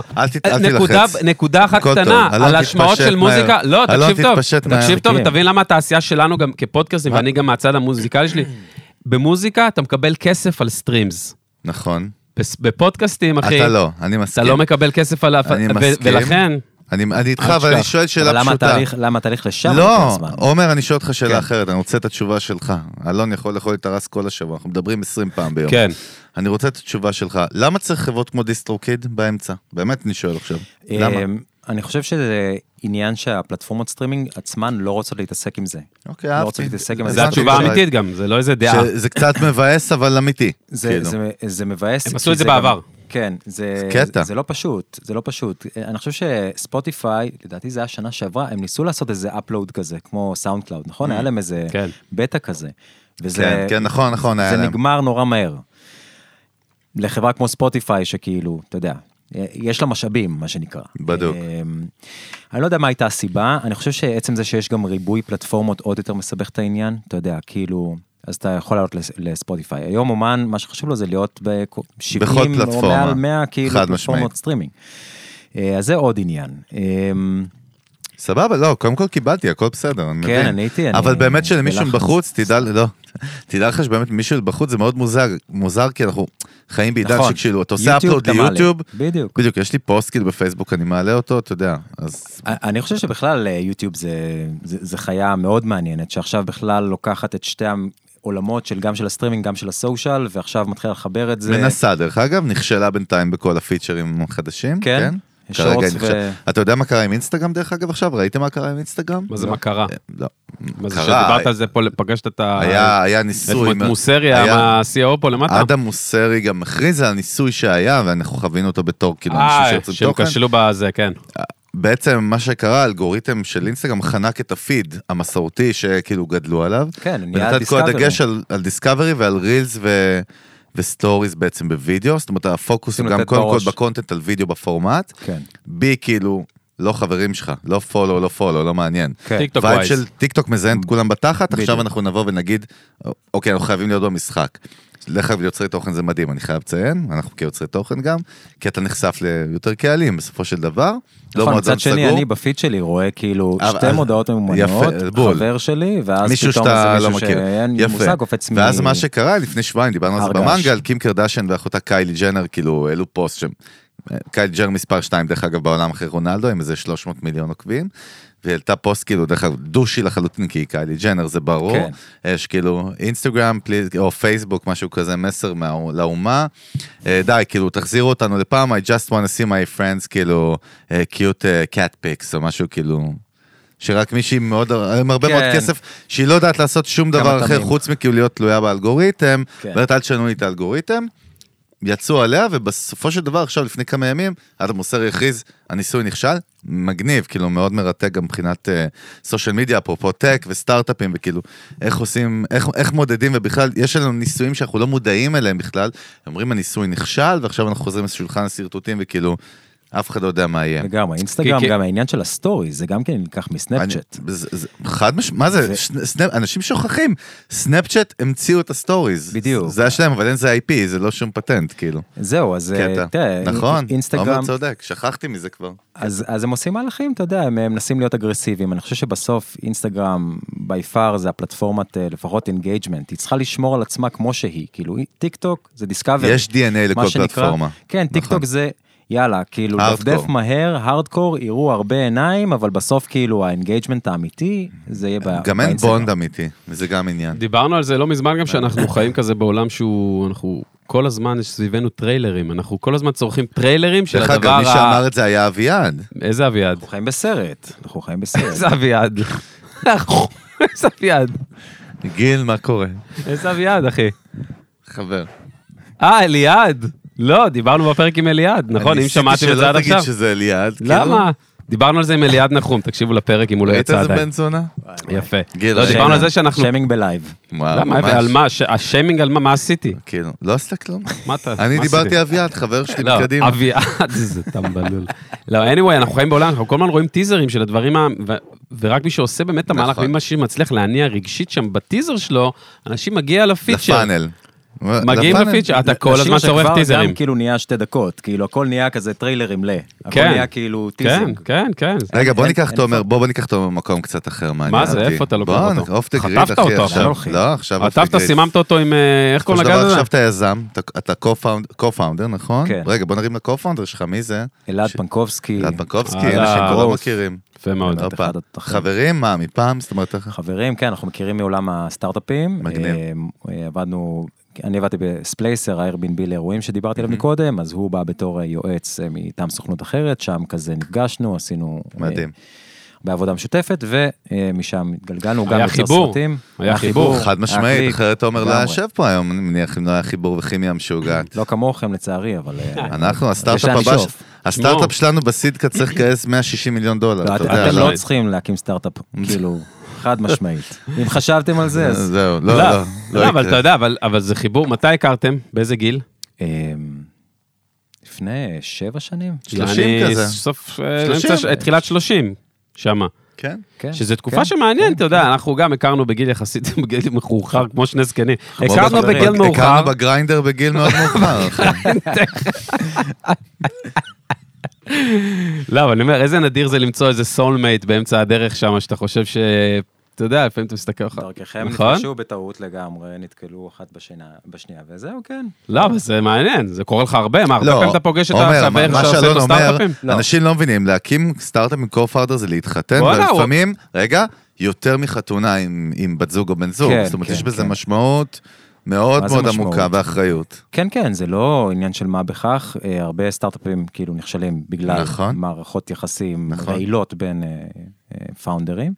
נקודה אחת קטנה, על השמעות של מוזיקה. לא, תקשיב טוב, תבין למה התעשייה שלנו גם כפודקאסטים, ואני גם מהצד המוזיקלי שלי. במוזיקה אתה מקבל כסף על סטרימס. נכון. בפודקאסטים, אחי. אתה לא, אני מסכים. אתה לא מקבל כסף על... אני מסכים. ולכן... אני איתך, אבל אני שואל שאלה פשוטה. למה אתה הולך לשם? לא, עומר, אני שואל אותך שאלה אחרת, אני רוצה את התשובה שלך. אלון יכול להתארס כל השבוע, אנחנו מדברים 20 פעם ביום. כן. אני רוצה את התשובה שלך. למה צריך חברות כמו דיסטרוקיד באמצע? באמת אני שואל עכשיו. למה? אני חושב שזה עניין שהפלטפורמות סטרימינג עצמן לא רוצות להתעסק עם זה. אוקיי, אהבתי. לא רוצות להתעסק עם זה. זה התשובה האמיתית גם, זה לא איזה דעה. זה קצת מבאס, אבל אמיתי. זה מבאס. הם עשו את זה בעבר. כן, זה לא פשוט, זה לא פשוט. אני חושב שספוטיפיי, לדעתי זה היה שנה שעברה, הם ניסו לעשות איזה אפלואוד כזה, כמו סאונד קלאוד, נכון? היה להם איזה בטא כזה. כן, נכון. זה נגמר נורא מהר. לחברה כמו ספוטיפיי, שכאילו, אתה יודע, יש לה משאבים, מה שנקרא. בדיוק. אני לא יודע מה הייתה הסיבה, אני חושב שעצם זה שיש גם ריבוי פלטפורמות עוד יותר מסבך את העניין, אתה יודע, כאילו, אז אתה יכול לעלות לספוטיפיי. היום אומן, מה שחשוב לו זה להיות ב-70 או מעל 100 כאילו פלטפורמות סטרימינג. אז זה עוד עניין. סבבה, לא, קודם כל קיבלתי, הכל בסדר, אני כן, מבין. אני הייתי. אבל באמת שלמישהו בחוץ, תדע לך שבאמת מישהו בחוץ זה מאוד מוזר, כי אנחנו חיים בעידן שכאילו, אתה עושה אפלוד ליוטיוב, בדיוק, יש לי פוסט כאילו בפייסבוק, אני מעלה אותו, אתה יודע, אז... אני חושב שבכלל יוטיוב זה חיה מאוד מעניינת, שעכשיו בכלל לוקחת את שתי העולמות של גם של הסטרימינג, גם של הסושיאל, ועכשיו מתחיל לחבר את זה. מנסה, דרך אגב, נכשלה בינתיים בכל הפיצ'רים החדשים, כן? אתה יודע מה קרה עם אינסטגרם דרך אגב עכשיו? ראיתם מה קרה עם אינסטגרם? מה זה מה קרה? לא. מה זה שדיברת על זה פה, פגשת את ה... היה ניסוי. את מוסרי, ה-CEO פה למטה. אדם מוסרי גם מכריז על ניסוי שהיה, ואנחנו חווינו אותו בתור כאילו אנשים שיוצאים תוכן. שהם כשלו בזה, כן. בעצם מה שקרה, האלגוריתם של אינסטגרם חנק את הפיד המסורתי שכאילו גדלו עליו. כן, ונתן כל הדגש על דיסקאברי ועל רילס וסטוריז בעצם בווידאו, זאת אומרת, הפוקוס הוא גם קודם כל בקונטנט על וידאו בפורמט, בי כאילו, לא חברים שלך, לא פולו, לא מעניין. טיקטוק וייב של טיקטוק מזיין את כולם בתחת, עכשיו אנחנו נבוא ונגיד, אוקיי, אנחנו חייבים להיות במשחק. לך ליוצרי תוכן זה מדהים, אני חייב לציין, אנחנו כיוצרי תוכן גם, כי אתה נחשף ליותר קהלים בסופו של דבר. נכון, מצד שני, אני בפיד שלי רואה כאילו שתי מודעות ממומניות, חבר שלי, ואז מישהו שאתה לא מכיר. יפה. ואז מה שקרה, לפני שבועיים, דיברנו על זה במנגל, קים קרדשן ואחותה קיילי ג'נר, כאילו, העלו פוסט שם, קיילי ג'נר מספר 2, דרך אגב, בעולם אחרי רונלדו, עם איזה 300 מיליון עוקבים, והעלתה פוסט כאילו, דרך אגב, דושי לחלוטין, כי קיילי ג'נר זה ברור, יש כאילו אינסטגרם, או פייסבוק, משהו כזה, מסר לאומה, די, כאילו, תחזירו אותנו לפעם, I just want to see my friends, כאילו, cute cat pics, או משהו כאילו, שרק מישהי מאוד, עם הרבה מאוד כסף, שהיא לא יודעת לעשות שום דבר אחר, חוץ מכאילו להיות תלויה באלגוריתם, ואתה אל תשנו את האלגוריתם, יצאו עליה, ובסופו של דבר, עכשיו לפני כמה ימים, אדם מוסרי הכריז, הניסוי נכשל, מגניב, כאילו מאוד מרתק גם מבחינת סושיאל מדיה, אפרופו טק וסטארט-אפים, וכאילו, איך עושים, איך מודדים, ובכלל, יש לנו ניסויים שאנחנו לא מודעים אליהם בכלל, אומרים הניסוי נכשל, ועכשיו אנחנו חוזרים לשולחן הסרטוטים, וכאילו, אף אחד לא יודע מה יהיה. וגם האינסטגרם, גם העניין של הסטורי, זה גם כן ניקח מסנאפצ'אט. מה זה? אנשים שוכחים, סנאפצ'אט המציאו את הסטוריז. בדיוק. זה השלם, אבל אין זה IP, זה לא שום פטנט, כאילו. זהו, אז תראה, נכון, אינסטגרם... עומר צודק, שכחתי מזה כבר. אז הם עושים מהלכים, אתה יודע, הם מנסים להיות אגרסיביים. אני חושב שבסוף אינסטגרם, by far, זה הפלטפורמת, לפחות אינגייג'מנט. היא צריכה לשמור על עצמה כמו שהיא. כאילו, טיק טוק זה דיסקאבר. יש DNA לכל פלטפורמה. כן, טיק טוק זה... יאללה, כאילו, דפדף מהר, הארדקור, יראו הרבה עיניים, אבל בסוף כאילו האנגייג'מנט האמיתי, זה יהיה באינסטגרם. גם אין בונד אמיתי, וזה גם עניין. דיברנו על זה לא מזמן גם שאנחנו חיים כזה בעולם שהוא, אנחנו כל הזמן יש סביבנו טריילרים, אנחנו כל הזמן צורכים טריילרים של הדבר דרך אגב, מי שאמר את זה היה אביעד. איזה אביעד? אנחנו חיים בסרט. איזה אביעד? איזה אביעד? גיל, מה קורה? איזה אביעד, אחי? חבר. אליעד. לא, דיברנו בפרק עם אליעד, נכון? אם שמעתם את זה עד עכשיו. תגיד שזה אליעד. למה? דיברנו על זה עם אליעד נחום, תקשיבו לפרק אם הוא לא יצא עדיין. ראית איזה בן זונה? יפה. לא, דיברנו על זה שאנחנו... שיימינג בלייב. למה? על מה? השיימינג על מה? מה עשיתי? כאילו, לא עשית כלום. מה אתה? אני דיברתי אביעד, חבר שלי בקדימה. לא, אביעד, זה טמבלול. לא, anyway, אנחנו חיים בעולם, אנחנו כל הזמן רואים טיזרים של הדברים, ורק מי שעושה באמת את המהלך, מי שמצליח להניע רגשית שם בטיזר שלו, אנשים מגיע לפיצ'ר. לפאנל. מגיעים לפיצ'ר, אתה כל הזמן צורך טיזרים. גם כאילו נהיה 2 דקות, כאילו הכל נהיה כזה טריילרים הכל נהיה כאילו טיזינג. כן, כן. רגע, בוא ניקח תומר במקום קצת אחר. מה זה, איפה אתה לוקח אותו? בוא, אוף תגריד, אחי, עכשיו. לא, עכשיו אוף תגריד. אתה סיממת אותו עם, איך קוראים לגז הזה? עכשיו אתה יזם, אתה co-founder, נכון? רגע, בוא נרים ל-co-founder שלך, מי זה? אלעד פנקובסקי. אלעד פנקובסקי, אנשים לא מכירים. יפה מאוד. חברים, מה, מפעם? זאת אומרת, חברים, כן, אנחנו מכירים מעולם הסטארט-אפים. אני עבדתי בספלייסר, ה-Airbnb לאירועים שדיברתי עליו מקודם, אז הוא בא בתור יועץ מטעם סוכנות אחרת, שם כזה נפגשנו, עשינו... מדהים. בעבודה משותפת, ומשם התגלגלנו גם יוצר סרטים. היה חיבור. חד משמעית, אחרת תומר לא יושב פה היום, אני מניח אם לא היה חיבור וכימיה משוגעת. לא כמוכם לצערי, אבל... אנחנו, הסטארט-אפ שלנו בסידקה צריך לגייס $160 מיליון. אתם לא צריכים להקים סטארט-אפ, כאילו... חד משמעית. אם חשבתם על זה, אז... זהו, לא. אבל אתה יודע, אבל זה חיבור, מתי הכרתם? באיזה גיל? לפני 7 שנים. 30 כזה. סוף, תחילת 30, שמה. כן. שזה תקופה שמעניין, אתה יודע, אנחנו גם הכרנו בגיל יחסית, בגיל מאוחר, כמו שני זקנים. הכרנו בגיל מאוחר. הכרנו בגריינדר בגיל מאוד מאוחר. לא, אבל אני אומר, איזה נדיר זה למצוא איזה סולמייט באמצע הדרך שם, שאתה חושב ש... אתה יודע, לפעמים אתה מסתכל לך. דרככם נפגשו בטעות לגמרי, נתקלו אחת בשנייה, וזהו, כן. לא, אבל זה מעניין, זה קורה לך הרבה, מה, הרבה פעמים אתה פוגש את החבר שעושה לו סטארט-אפים? אנשים לא מבינים, להקים סטארט-אפ עם co-founder זה להתחתן, ולפעמים, רגע, יותר מחתונה עם בת זוג או בן זוג, זאת אומרת, יש בזה משמעות מאוד מאוד עמוקה ואחריות. כן, כן, זה לא עניין של מה בכך, הרבה סטארט-אפים כאילו נכשלים בגלל מערכות יחסים רעילות בין פאונדרים,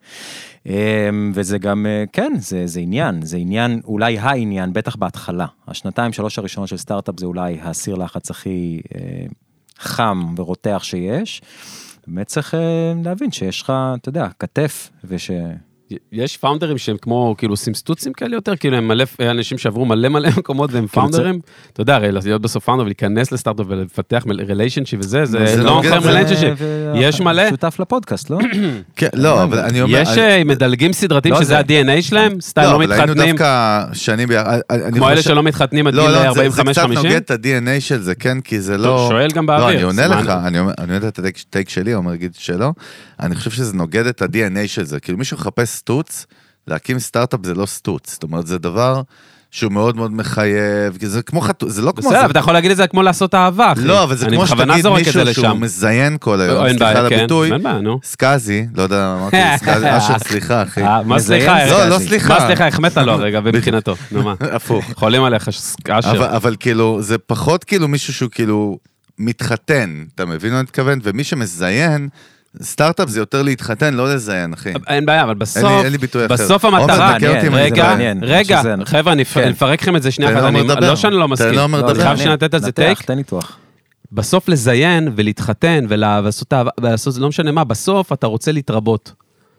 וזה גם, כן, זה עניין, אולי העניין, בטח בהתחלה, 2-3 הראשונות של סטארט-אפ זה אולי הסיר לחץ הכי חם ורותח שיש, באמת צריך להבין שיש לך, אתה יודע, כתף יש פאונדרים שהם כמו, כאילו, עושים סטוצים כאלה יותר, כאילו, הם מלא, אנשים שעברו מלא מקומות והם פאונדרים, אתה יודע, הרי להיות בסוף פאונדר ולהיכנס לסטארט-אפ ולפתח ריליישנשיפ וזה, זה לא אחר ריליישנשיפ, יש מלא. שותף לפודקאסט, לא? כן, לא, אבל אני אומר... יש מדלגים סדרתיים שזה ה-DNA שלהם, סטייל לא מתחתנים. היינו דווקא שנים... כמו אלה שלא מתחתנים עד גיל 45-50? זה קצת נוגד את ה-DNA של זה, כן, כי זה לא... שואל גם באוויר. אני עונה לך, אני עונה את הטייק שלי, אומר גיד שלא, אני חושב שזה נוגד את ה-DNA של זה, כאילו מישהו מחפש סטוץ, להקים סטארט-אפ זה לא סטוץ, זאת אומרת, זה דבר שהוא מאוד מאוד מחייב, זה כמו זה לא כמו... בסדר, אבל אתה יכול להגיד את זה כמו לעשות אהבה, אחי. לא, אבל זה כמו שתגיד מישהו שהוא מזיין כל היום, סליחה על הביטוי, סקאזי, לא יודע, אמרתי, סקאזי, אשר, סליחה, אחי. מה סליחה? לא, לא סליחה. מה סליחה, החמאת לו הרגע, מבחינתו, נו מה. הפוך. חולים עליך, אשר. אבל כאילו, זה פחות כאילו מישהו שהוא כאילו מתחתן, אתה מבין מה אני מתכוון? ומי שמזיין, סטארט-אפ זה יותר להתחתן, לא לזיין, אחי. אין בעיה, אבל בסוף המטרה, רגע, חבר'ה, אני אפרק לכם את זה שנייה, לא שאני לא מסכים, אני חייב שנתת על זה טייק. בסוף לזיין ולהתחתן ולעשות, לא משנה מה, בסוף אתה רוצה להתרבות.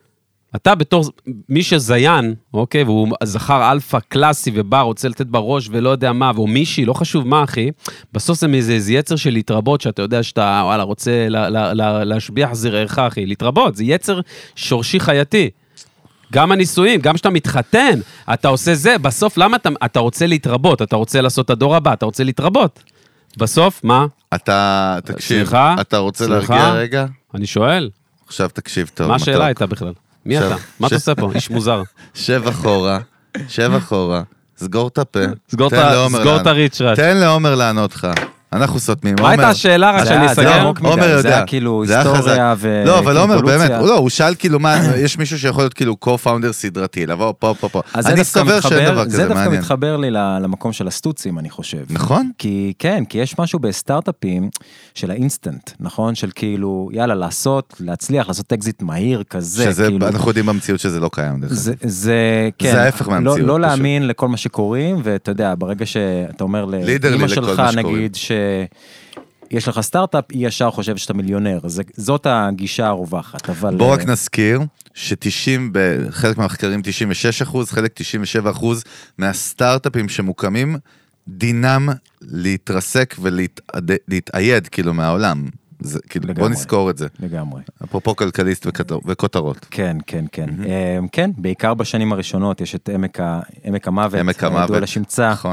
אתה בתור מי שזיין, אוקיי, והוא זכר אלפא קלאסי ובא, רוצה לתת בראש ולא יודע מה, והוא מישהי, לא חשוב מה, אחי, בסוף זה איזה יצר של להתרבות, שאתה יודע שאתה, וואלה, רוצה להשביח זרעך, אחי, להתרבות, זה יצר שורשי חייתי. גם הניסויים, גם שאתה מתחתן, אתה עושה זה, בסוף למה אתה רוצה להתרבות, אתה רוצה לעשות את הדור הבא, אתה רוצה להתרבות. בסוף, מה? אתה, תקשיב, אתה רוצה להרגיע רגע? אני שואל. עכשיו תקשיב טוב. מה השאלה הייתה בכלל? מי אתה? מה אתה עושה פה? איש מוזר. שב אחורה, סגור את הפה. סגור את הריצ'ראץ'. תן לעומר לענות לך. אנחנו סותמים. מה הייתה השאלה רק שאני אסגר? עומר יודע. זה היה כאילו היסטוריה ו... לא, אבל עומר באמת, הוא שאל כאילו מה, יש מישהו שיכול להיות כאילו co-founder סדרתי, לבוא פה. אני סובר שאין דבר כזה, זה מעניין. דווקא מתחבר לי למקום של הסטוצים, אני חושב. נכון? כי כן, כי יש משהו בסטארט-אפים של האינסטנט, נכון? של כאילו, יאללה, להצליח, לעשות אקזיט מהיר כזה. שזה, אנחנו יודעים במציאות שזה לא קיים. זה, כן. זה ההפך מהמציאות. לא להאמין לכל מה שקוראים, ואתה יודע, ברגע שאתה אומר לאמא שלך, נגיד, יש לך סטארט-אפ, היא ישר חושבת שאתה מיליונר. זאת הגישה הרווחת, אבל... בוא רק נזכיר בחלק מהמחקרים 96%, חלק 97% מהסטארט-אפים שמוקמים, דינם להתרסק ולהתאייד כאילו מהעולם. כאילו, בוא נזכור את זה. לגמרי. אפרופו כלכליסט וכותרות. כן. כן, בעיקר בשנים הראשונות יש את עמק המוות. עמק המוות. דואל השמצה. נכון.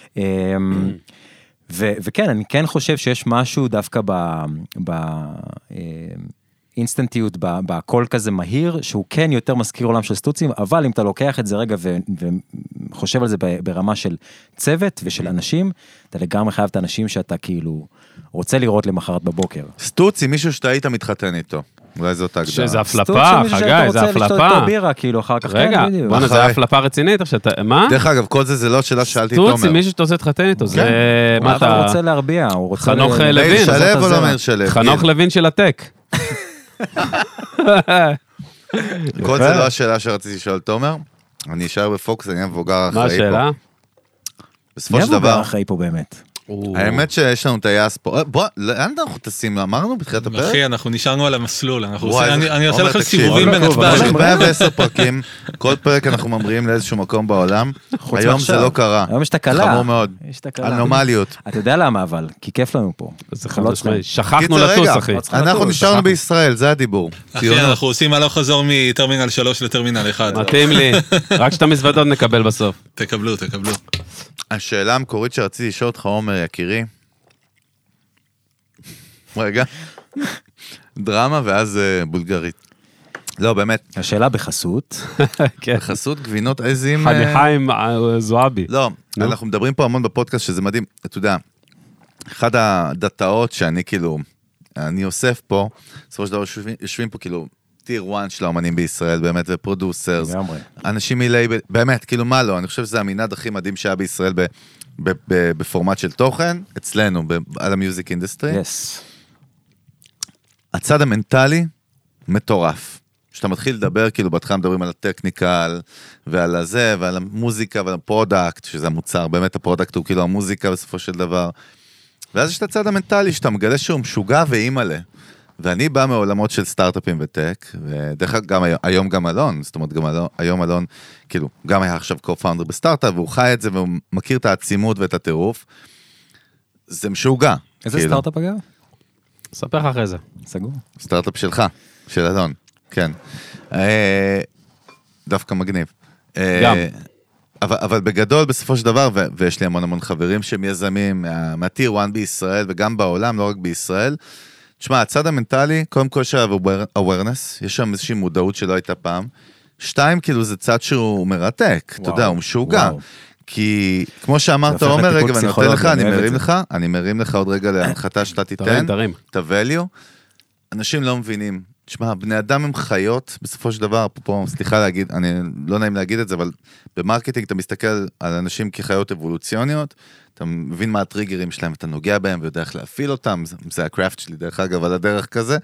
וכן, אני כן חושב שיש משהו דווקא באינסטנטיות, בכל כזה מהיר, שהוא כן יותר מזכיר עולם של סטוצים, אבל אם אתה לוקח את זה רגע וחושב על זה ברמה של צוות ושל אנשים, אתה לגמרי חייב את האנשים שאתה כאילו רוצה לראות למחרת בבוקר. סטוצי, מישהו שאתה היית מתחתן איתו. אולי זאת ההגדרה. שזה הפלפה, חגי, זה הפלפה. רוצה לשתות בירה, כאילו, אחר כך. רגע, בוא'נה, זה הפלפה רצינית, מה? דרך אגב, כל זה לא שאלה שאלתי תומר. סטוצי, מישהו שאתה רוצה להתחתן איתו, זה... מה אתה רוצה להרביע? הוא רוצה... חנוך לוין. מאיר שלב או לא מאיר שלב? חנוך לוין של הטק. כל זה לא השאלה שרציתי לשאול תומר. אני אשאר בפוקוס, אני מבוגר אחראי פה. מה השאלה? בסופו של דבר... מבוגר אחראי פה באמת. האמת שיש לנו טייס פה, בוא, לאן אנחנו טסים? אמרנו בתחילת הפרק? אחי, אנחנו נשארנו על המסלול, אני עושה לך סיבובים בנתב"ג. 110 פרקים, כל פרק אנחנו ממריאים לאיזשהו מקום בעולם, היום זה לא קרה. היום יש תקלה. חמור מאוד. אנומליות. אתה יודע למה אבל? כי כיף לנו פה. שכחנו לטוס, אחי. אנחנו נשארנו בישראל, זה הדיבור. אחי, אנחנו עושים הלוך חזור מטרמינל 3 לטרמינל 1. מתאים לי, רק שאתה מזוודות נקבל בסוף. תקבלו. השאלה המקורית שרציתי לשאול אותך, עומר, יקירי. רגע. דרמה ואז בולגרית. לא, באמת. השאלה בחסות. בחסות גבינות עזים. חיים זועבי. לא, אנחנו מדברים פה המון בפודקאסט שזה מדהים. אתה יודע, אחד הדאטאות שאני כאילו, אני אוסף פה, בסופו של דבר יושבים פה כאילו, טיר 1 של האמנים בישראל, באמת, ופרודוסרס, אנשים מלייבל, באמת, כאילו מה לא, אני חושב שזה המנעד הכי מדהים שהיה בישראל בפורמט של תוכן, אצלנו, על המיוזיק אינדסטרי. הצד המנטלי, מטורף. שאתה מתחיל לדבר, כאילו בהתחלה מדברים על הטכניקל, ועל הזה, ועל המוזיקה, ועל הפרודקט, שזה המוצר, באמת הפרודקט הוא כאילו המוזיקה בסופו של דבר. ואז יש את הצד המנטלי, שאתה מגלה שהוא משוגע ואימאלה. ואני בא מעולמות של סטארט-אפים וטק, ודרך אגב, היום גם אלון, זאת אומרת, היום אלון, כאילו, גם היה עכשיו co-founder בסטארט-אפ, והוא חי את זה, והוא מכיר את העצימות ואת הטירוף. זה משוגע. איזה סטארט-אפ אגב? ספר לך אחרי זה. סגור. סטארט-אפ שלך, של אלון, כן. דווקא מגניב. גם. אבל בגדול, בסופו של דבר, ויש לי המון חברים שהם יזמים, מהטיר 1 בישראל, וגם בעולם, לא רק בישראל, תשמע, הצד המנטלי, קודם כל יש עליו awareness, יש שם איזושהי מודעות שלא הייתה פעם. 2, כאילו זה צד שהוא מרתק, אתה יודע, הוא משוגע. כי כמו שאמרת, עומר, רגע, ואני נותן לך, אני מרים לך עוד רגע להנחתה שאתה תיתן, את ה-value. אנשים לא מבינים. תשמע, בני אדם הם חיות, בסופו של דבר, פה, סליחה להגיד, אני לא נעים להגיד את זה, אבל במרקטינג אתה מסתכל על אנשים כחיות אבולוציוניות, אתה מבין מה הטריגרים שלהם, אתה נוגע בהם ויודע איך להפעיל אותם, זה הקראפט שלי דרך אגב, על הדרך כזה,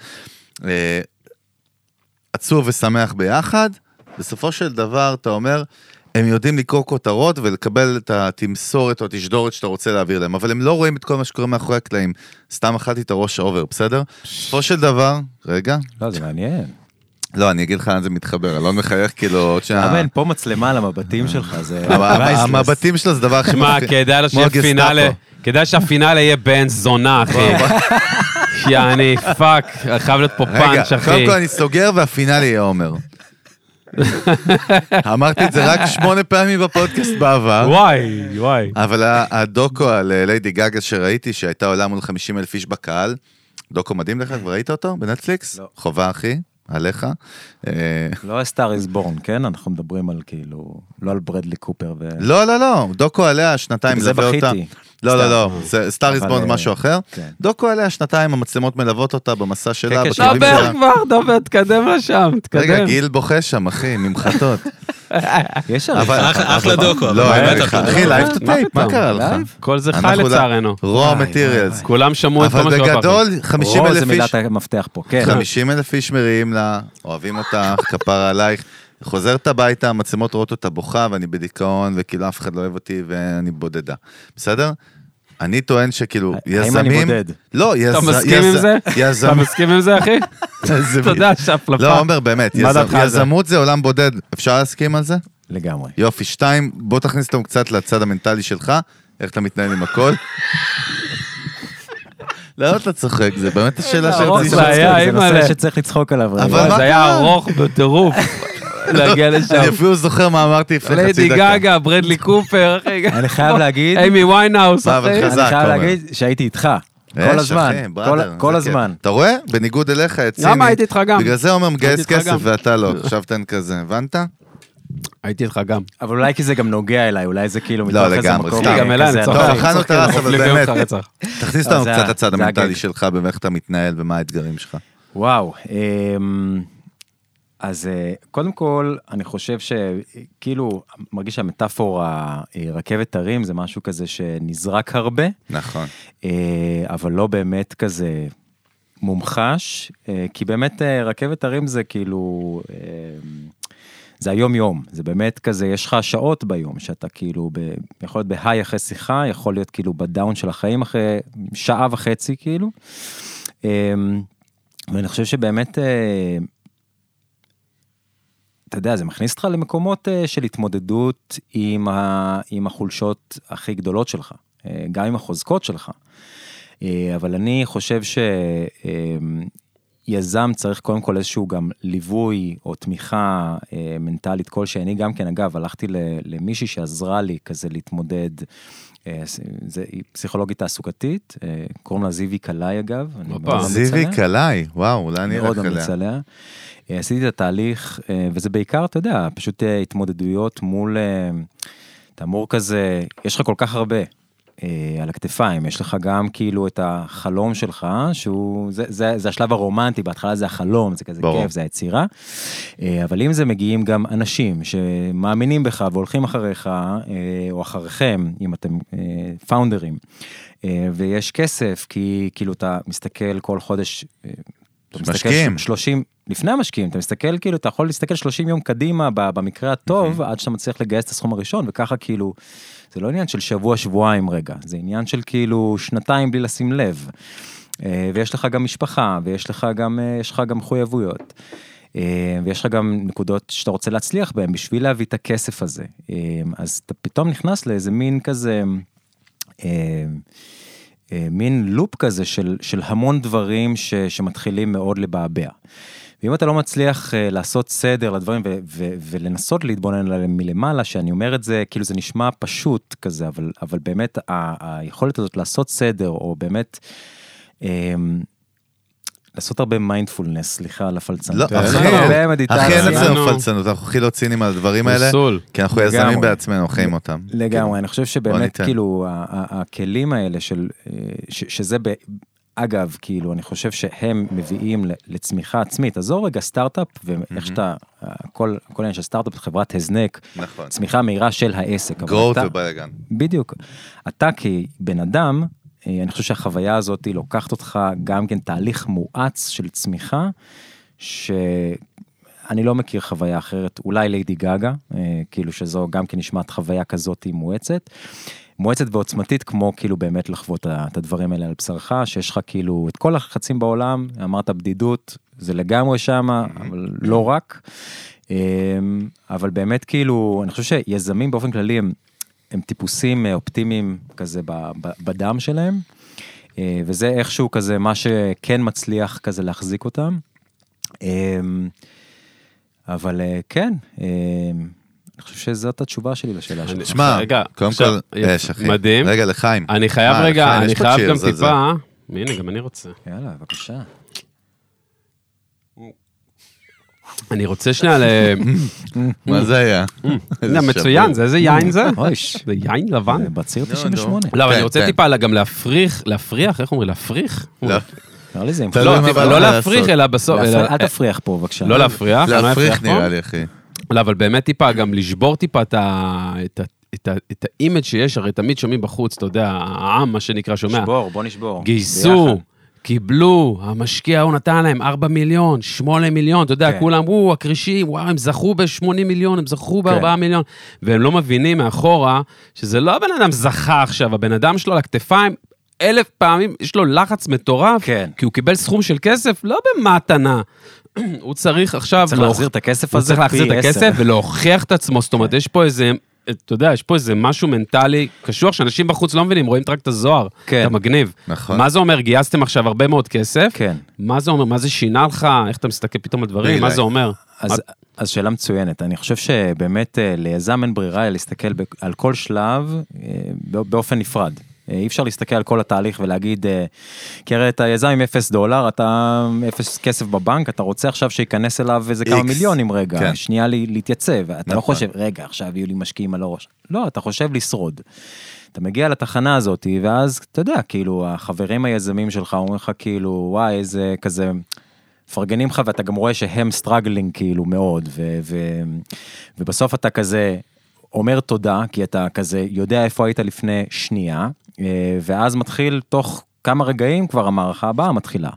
עצוב ושמח ביחד, בסופו של דבר אתה אומר, הם יודעים לקרוא כותרות ולקבל את התמסורת או התשדורת שאתה רוצה להעביר להם, אבל הם לא רואים את כל מה שקורה מאחורי הקלעים, סתם אכלתי את הראש אובר, בסדר? בסופו של דבר, רגע. לא, זה מעניין. לא, אני אגיד לך לאן זה מתחבר, אלון מחייך כאילו עוד שעה. אבל פה מצלמה על המבטים שלך, זה... המבטים שלו זה דבר הכי מה, כדאי לו שיהיה פינאלה, כדאי שהפינאלה יהיה בן זונה, אחי. יעני, פאק, חייב להיות פה פאנץ', אחי. קודם כל אני סוגר והפינאלה יהיה עומר. אמרתי את זה רק 8 פעמים בפודקאסט בעבר. וואי. אבל הדוקו על ליידי גגה שראיתי, שהייתה עולה מול 50,000 איש בקהל, דוקו מדהים לך, כבר ראית אותו בנטפליקס? לא. חובה אחי, עליך. לא סטאר איז בורן, כן? אנחנו מדברים על כאילו, לא על ברדלי קופר ו... לא, דוקו עליה שנתיים זה בכיתי. לא, סטאר איז בורן זה משהו אחר. דוקו עליה שנתיים, המצלמות מלוות אותה במסע שלה. דבר, תקדם לשם, תקדם. רגע, גיל בוכה שם, אחי, ממחטות. יש אחלה דוקו. לא, אחי, לייב טו טייפ, מה קרה לך? כל זה חי לצערנו. רוע מטריאלס. כולם שמעו את כל מה שהוא אבל בגדול, 50,000 איש. זה מילת המפתח פה, כן. 50,000 איש מריעים לה, אוהבים אותך, כפרה עלייך. חוזרת הביתה, המצלמות רואות אותה בוכה, ואני בדיכאון, וכאילו אף אחד לא אוהב אותי, ואני בודדה. בסדר? אני טוען שכאילו יזמים... האם אני בודד? לא, אתה מסכים עם זה? אתה מסכים עם זה, אחי? תודה, שפלפה. לא, אומר, באמת, יזמות זה עולם בודד. אפשר להסכים על זה? לגמרי. יופי, 2, בוא תכניס אותם קצת לצד המנטלי שלך, איך אתה מתנהל עם הכל. לא, אתה צוחק, זה באמת השאלה שרציתי. זה נושא שצריך לצחוק עליו. זה היה ארוך בטירוף. להגיע לשם. אני אפילו זוכר מה אמרתי לפני חצי דקה. ליידי גגה, ברדלי קופר, אחי. אני חייב להגיד... אימי ויינהאוס, אחי. אני חייב להגיד שהייתי איתך. כל הזמן. כל הזמן. אתה רואה? בניגוד אליך, ציני. למה הייתי איתך גם? בגלל זה אומר מגייס כסף ואתה לא. עכשיו תן כזה, הבנת? הייתי איתך גם. אבל אולי כי זה גם נוגע אליי, אולי זה כאילו... לא, לגמרי. גם אליי, אני צוחק. אכלנו את הרס, אבל באמת. תכניס אותנו קצת הצד המנטלי שלך, באיך אתה מתנהל ומה האתגרים שלך. וואו. אז קודם כל, אני חושב שכאילו, מרגיש שהמטאפורה רכבת הרים, זה משהו כזה שנזרק הרבה. נכון. אבל לא באמת כזה מומחש, כי באמת רכבת הרים זה כאילו, זה היום יום, זה באמת כזה, יש לך שעות ביום, שאתה כאילו, יכול להיות בהיי אחרי שיחה, יכול להיות כאילו בדאון של החיים אחרי שעה וחצי כאילו, ואני חושב שבאמת, אתה יודע, זה מכניס אותך למקומות של התמודדות עם החולשות הכי גדולות שלך, גם עם החוזקות שלך. אבל אני חושב שיזם צריך קודם כל איזשהו גם ליווי או תמיכה מנטלית כלשהי. אני גם כן, אגב, הלכתי למישהי שעזרה לי כזה להתמודד, זה פסיכולוגית תעסוקתית, קוראים לה זיוי קלעי אגב. זיוי קלעי, וואו, אולי אני רק עליה. עשיתי את התהליך, וזה בעיקר, אתה יודע, פשוט התמודדויות מול, אתה אמור כזה, יש לך כל כך הרבה על הכתפיים, יש לך גם כאילו את החלום שלך, שהוא, זה השלב הרומנטי, בהתחלה זה החלום, זה כזה כיף, זה היצירה, אבל אם זה מגיעים גם אנשים שמאמינים בך והולכים אחריך, או אחריכם, אם אתם פאונדרים, ויש כסף, כי כאילו אתה מסתכל כל חודש, משקיעים. 30, לפני המשקיעים, אתה מסתכל כאילו, אתה יכול להסתכל 30 יום קדימה, במקרה הטוב, עד שאתה מצליח לגייס את הסכום הראשון, וככה כאילו, זה לא עניין של שבוע, שבועיים רגע, זה עניין של כאילו שנתיים בלי לשים לב, ויש לך גם משפחה, ויש לך גם מחויבויות, ויש לך גם נקודות שאתה רוצה להצליח בהן, בשביל להביא את הכסף הזה, אז אתה פתאום נכנס לאיזה מין כזה, מין לופ כזה של המון דברים שמתחילים מאוד לבעבע. ואם אתה לא מצליח לעשות סדר לדברים ולנסות להתבונן עליהם מלמעלה, שאני אומר את זה, כאילו זה נשמע פשוט כזה, אבל באמת היכולת הזאת לעשות סדר, או באמת לעשות הרבה מיינדפולנס, סליחה על הפלצנות. לא, אחי אין אצלנו פלצנות, אנחנו הכי לא צינים על הדברים האלה, כי אנחנו יזמים בעצמנו, חיים אותם. לגמרי, אני חושב שבאמת כאילו, הכלים האלה שזה אגב, כאילו, אני חושב שהם מביאים לצמיחה עצמית, אז זו רגע סטארט-אפ, ואיך שאתה, כל העניין של סטארט-אפ, חברת הזנק, צמיחה מהירה של העסק. גרוט ובלגן. בדיוק. אתה כבן אדם, אני חושב שהחוויה הזאת היא לוקחת אותך גם כן תהליך מואץ של צמיחה, שאני לא מכיר חוויה אחרת, אולי ליידי גגה, כאילו שזו גם כן נשמעת חוויה כזאת מואצת ועוצמתית, כמו כאילו באמת לחוות את הדברים האלה על בשרך, שיש לך כאילו את כל החצים בעולם, אמרת בדידות, זה לגמרי שמה, אבל לא רק. אבל באמת כאילו, אני חושב שיזמים באופן כללי הם טיפוסים אופטימיים כזה בדם שלהם, וזה איכשהו כזה מה שכן מצליח כזה להחזיק אותם. אבל כן, אני חושב שזאת התשובה שלי לשאלה שלך. תשמע, קודם כל, יש אחי. מדהים. רגע, לחיים. אני חייב רגע, אני חייב גם טיפה. הנה, גם אני רוצה. יאללה, בבקשה. אני רוצה שנייה מה זה היה? זה מצוין, זה איזה יין זה? זה יין לבן? בציר 98. לא, אבל אני רוצה טיפה גם להפריח, איך אומרים? להפריך? לא להפריך, אלא בסוף... אל תפריח פה, בבקשה. לא להפריח. להפריך נראה לי, אחי. לא, אבל באמת טיפה, גם לשבור טיפה את האימג' שיש, הרי תמיד שומעים בחוץ, אתה יודע, העם, מה שנקרא, שומע. בוא נשבור. גייסו, קיבלו, המשקיע הוא נתן להם 4 מיליון, 8 מיליון, אתה יודע, כולם, הקרישים, וואו, הם זכו ב-80 מיליון, הם זכו ב-4 מיליון, והם לא מבינים מאחורה, שזה לא הבן אדם זכה עכשיו, הבן אדם שלו על הכתפיים, 1000 פעמים, יש לו לחץ מטורף, כי הוא קיבל סכום של כסף, לא במתנה, הוא צריך עכשיו... צריך להחזיר את הכסף הזה, צריך להחזיר את הכסף ולהוכיח את עצמו, זאת אומרת, יש פה איזה... אתה יודע, יש פה איזה משהו מנטלי קשוח, שאנשים בחוץ לא מבינים, רואים רק את הזוהר, את המגניב. מה זה אומר? גייסתם עכשיו הרבה מאוד כסף? מה זה אומר? מה זה שינה לך? איך אתה מסתכל פתאום על דברים? מה זה אומר? אז שאלה מצוינת. אני חושב שבאמת ליזם אין ברירה להסתכל על כל שלב באופן נפרד. אי אפשר להסתכל על כל התהליך ולהגיד, כי הרי אתה יזם עם $0, אתה 0 כסף בבנק, אתה רוצה עכשיו שיכנס אליו איזה כמה מיליונים רגע, שנייה להתייצב, אתה לא חושב, רגע, עכשיו יהיו לי משקיעים על הראש. לא, אתה חושב לשרוד. אתה מגיע לתחנה הזאת, ואז, אתה יודע, כאילו, החברים היזמים שלך אומרים לך, כאילו, וואי, איזה כזה... פרגנים לך, ואתה גם רואה שהם סטרגלינג כאילו מאוד, ובסוף אתה כזה אומר תודה, כי אתה כזה יודע איפה היית לפני שנייה, ואז מתחיל תוך כמה רגעים כבר המערכה הבאה מתחילה.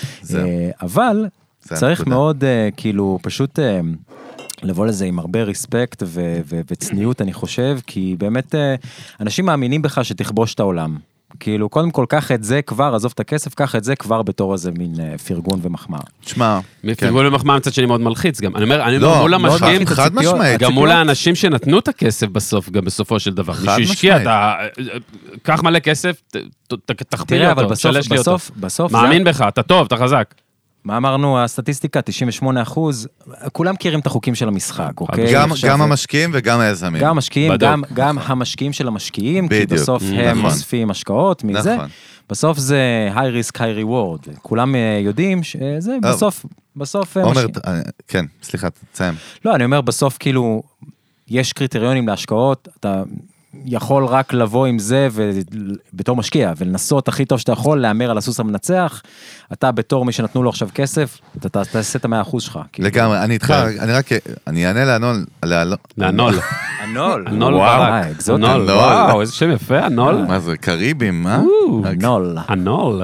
אבל צריך מאוד כאילו פשוט לבוא לזה עם הרבה ריספקט וצניעות אני חושב, כי באמת אנשים מאמינים בך שתכבוש את העולם. כאילו, קודם כל, קח את זה כבר, עזוב את הכסף, קח את זה כבר בתור איזה מין פרגון ומחמאה. תשמע, פרגון ומחמאה מצד שני מאוד מלחיץ גם. אני אומר, מול המשקיעים, גם מול האנשים שנתנו את הכסף בסוף, גם בסופו של דבר. מישהו השקיע, אתה קח מלא כסף, תכפיל אותו, תשלש לי אותו. מאמין בך, אתה טוב, אתה חזק. מה אמרנו, הסטטיסטיקה, 98%, כולם מכירים את החוקים של המשחק, אוקיי? גם המשקיעים וגם היזמים. גם המשקיעים, גם המשקיעים של המשקיעים, כי בסוף הם אוספים השקעות מזה. בסוף זה high risk, high reward. כולם יודעים שזה בסוף... עומר, כן, סליחה, תסיים. לא, אני אומר, בסוף כאילו, יש קריטריונים להשקעות, אתה... יכול רק לבוא עם זה ובתור משקיע, ולנסות הכי טוב שאתה יכול, להמר על הסוס המנצח, אתה בתור מי שנתנו לו עכשיו כסף, אתה תעשה את 100% שלך. לגמרי, אני איתך, אני אענה לענול. לענול. ענול. וואו, איזה שם יפה, ענול. מה זה, קריבים, מה? ענול.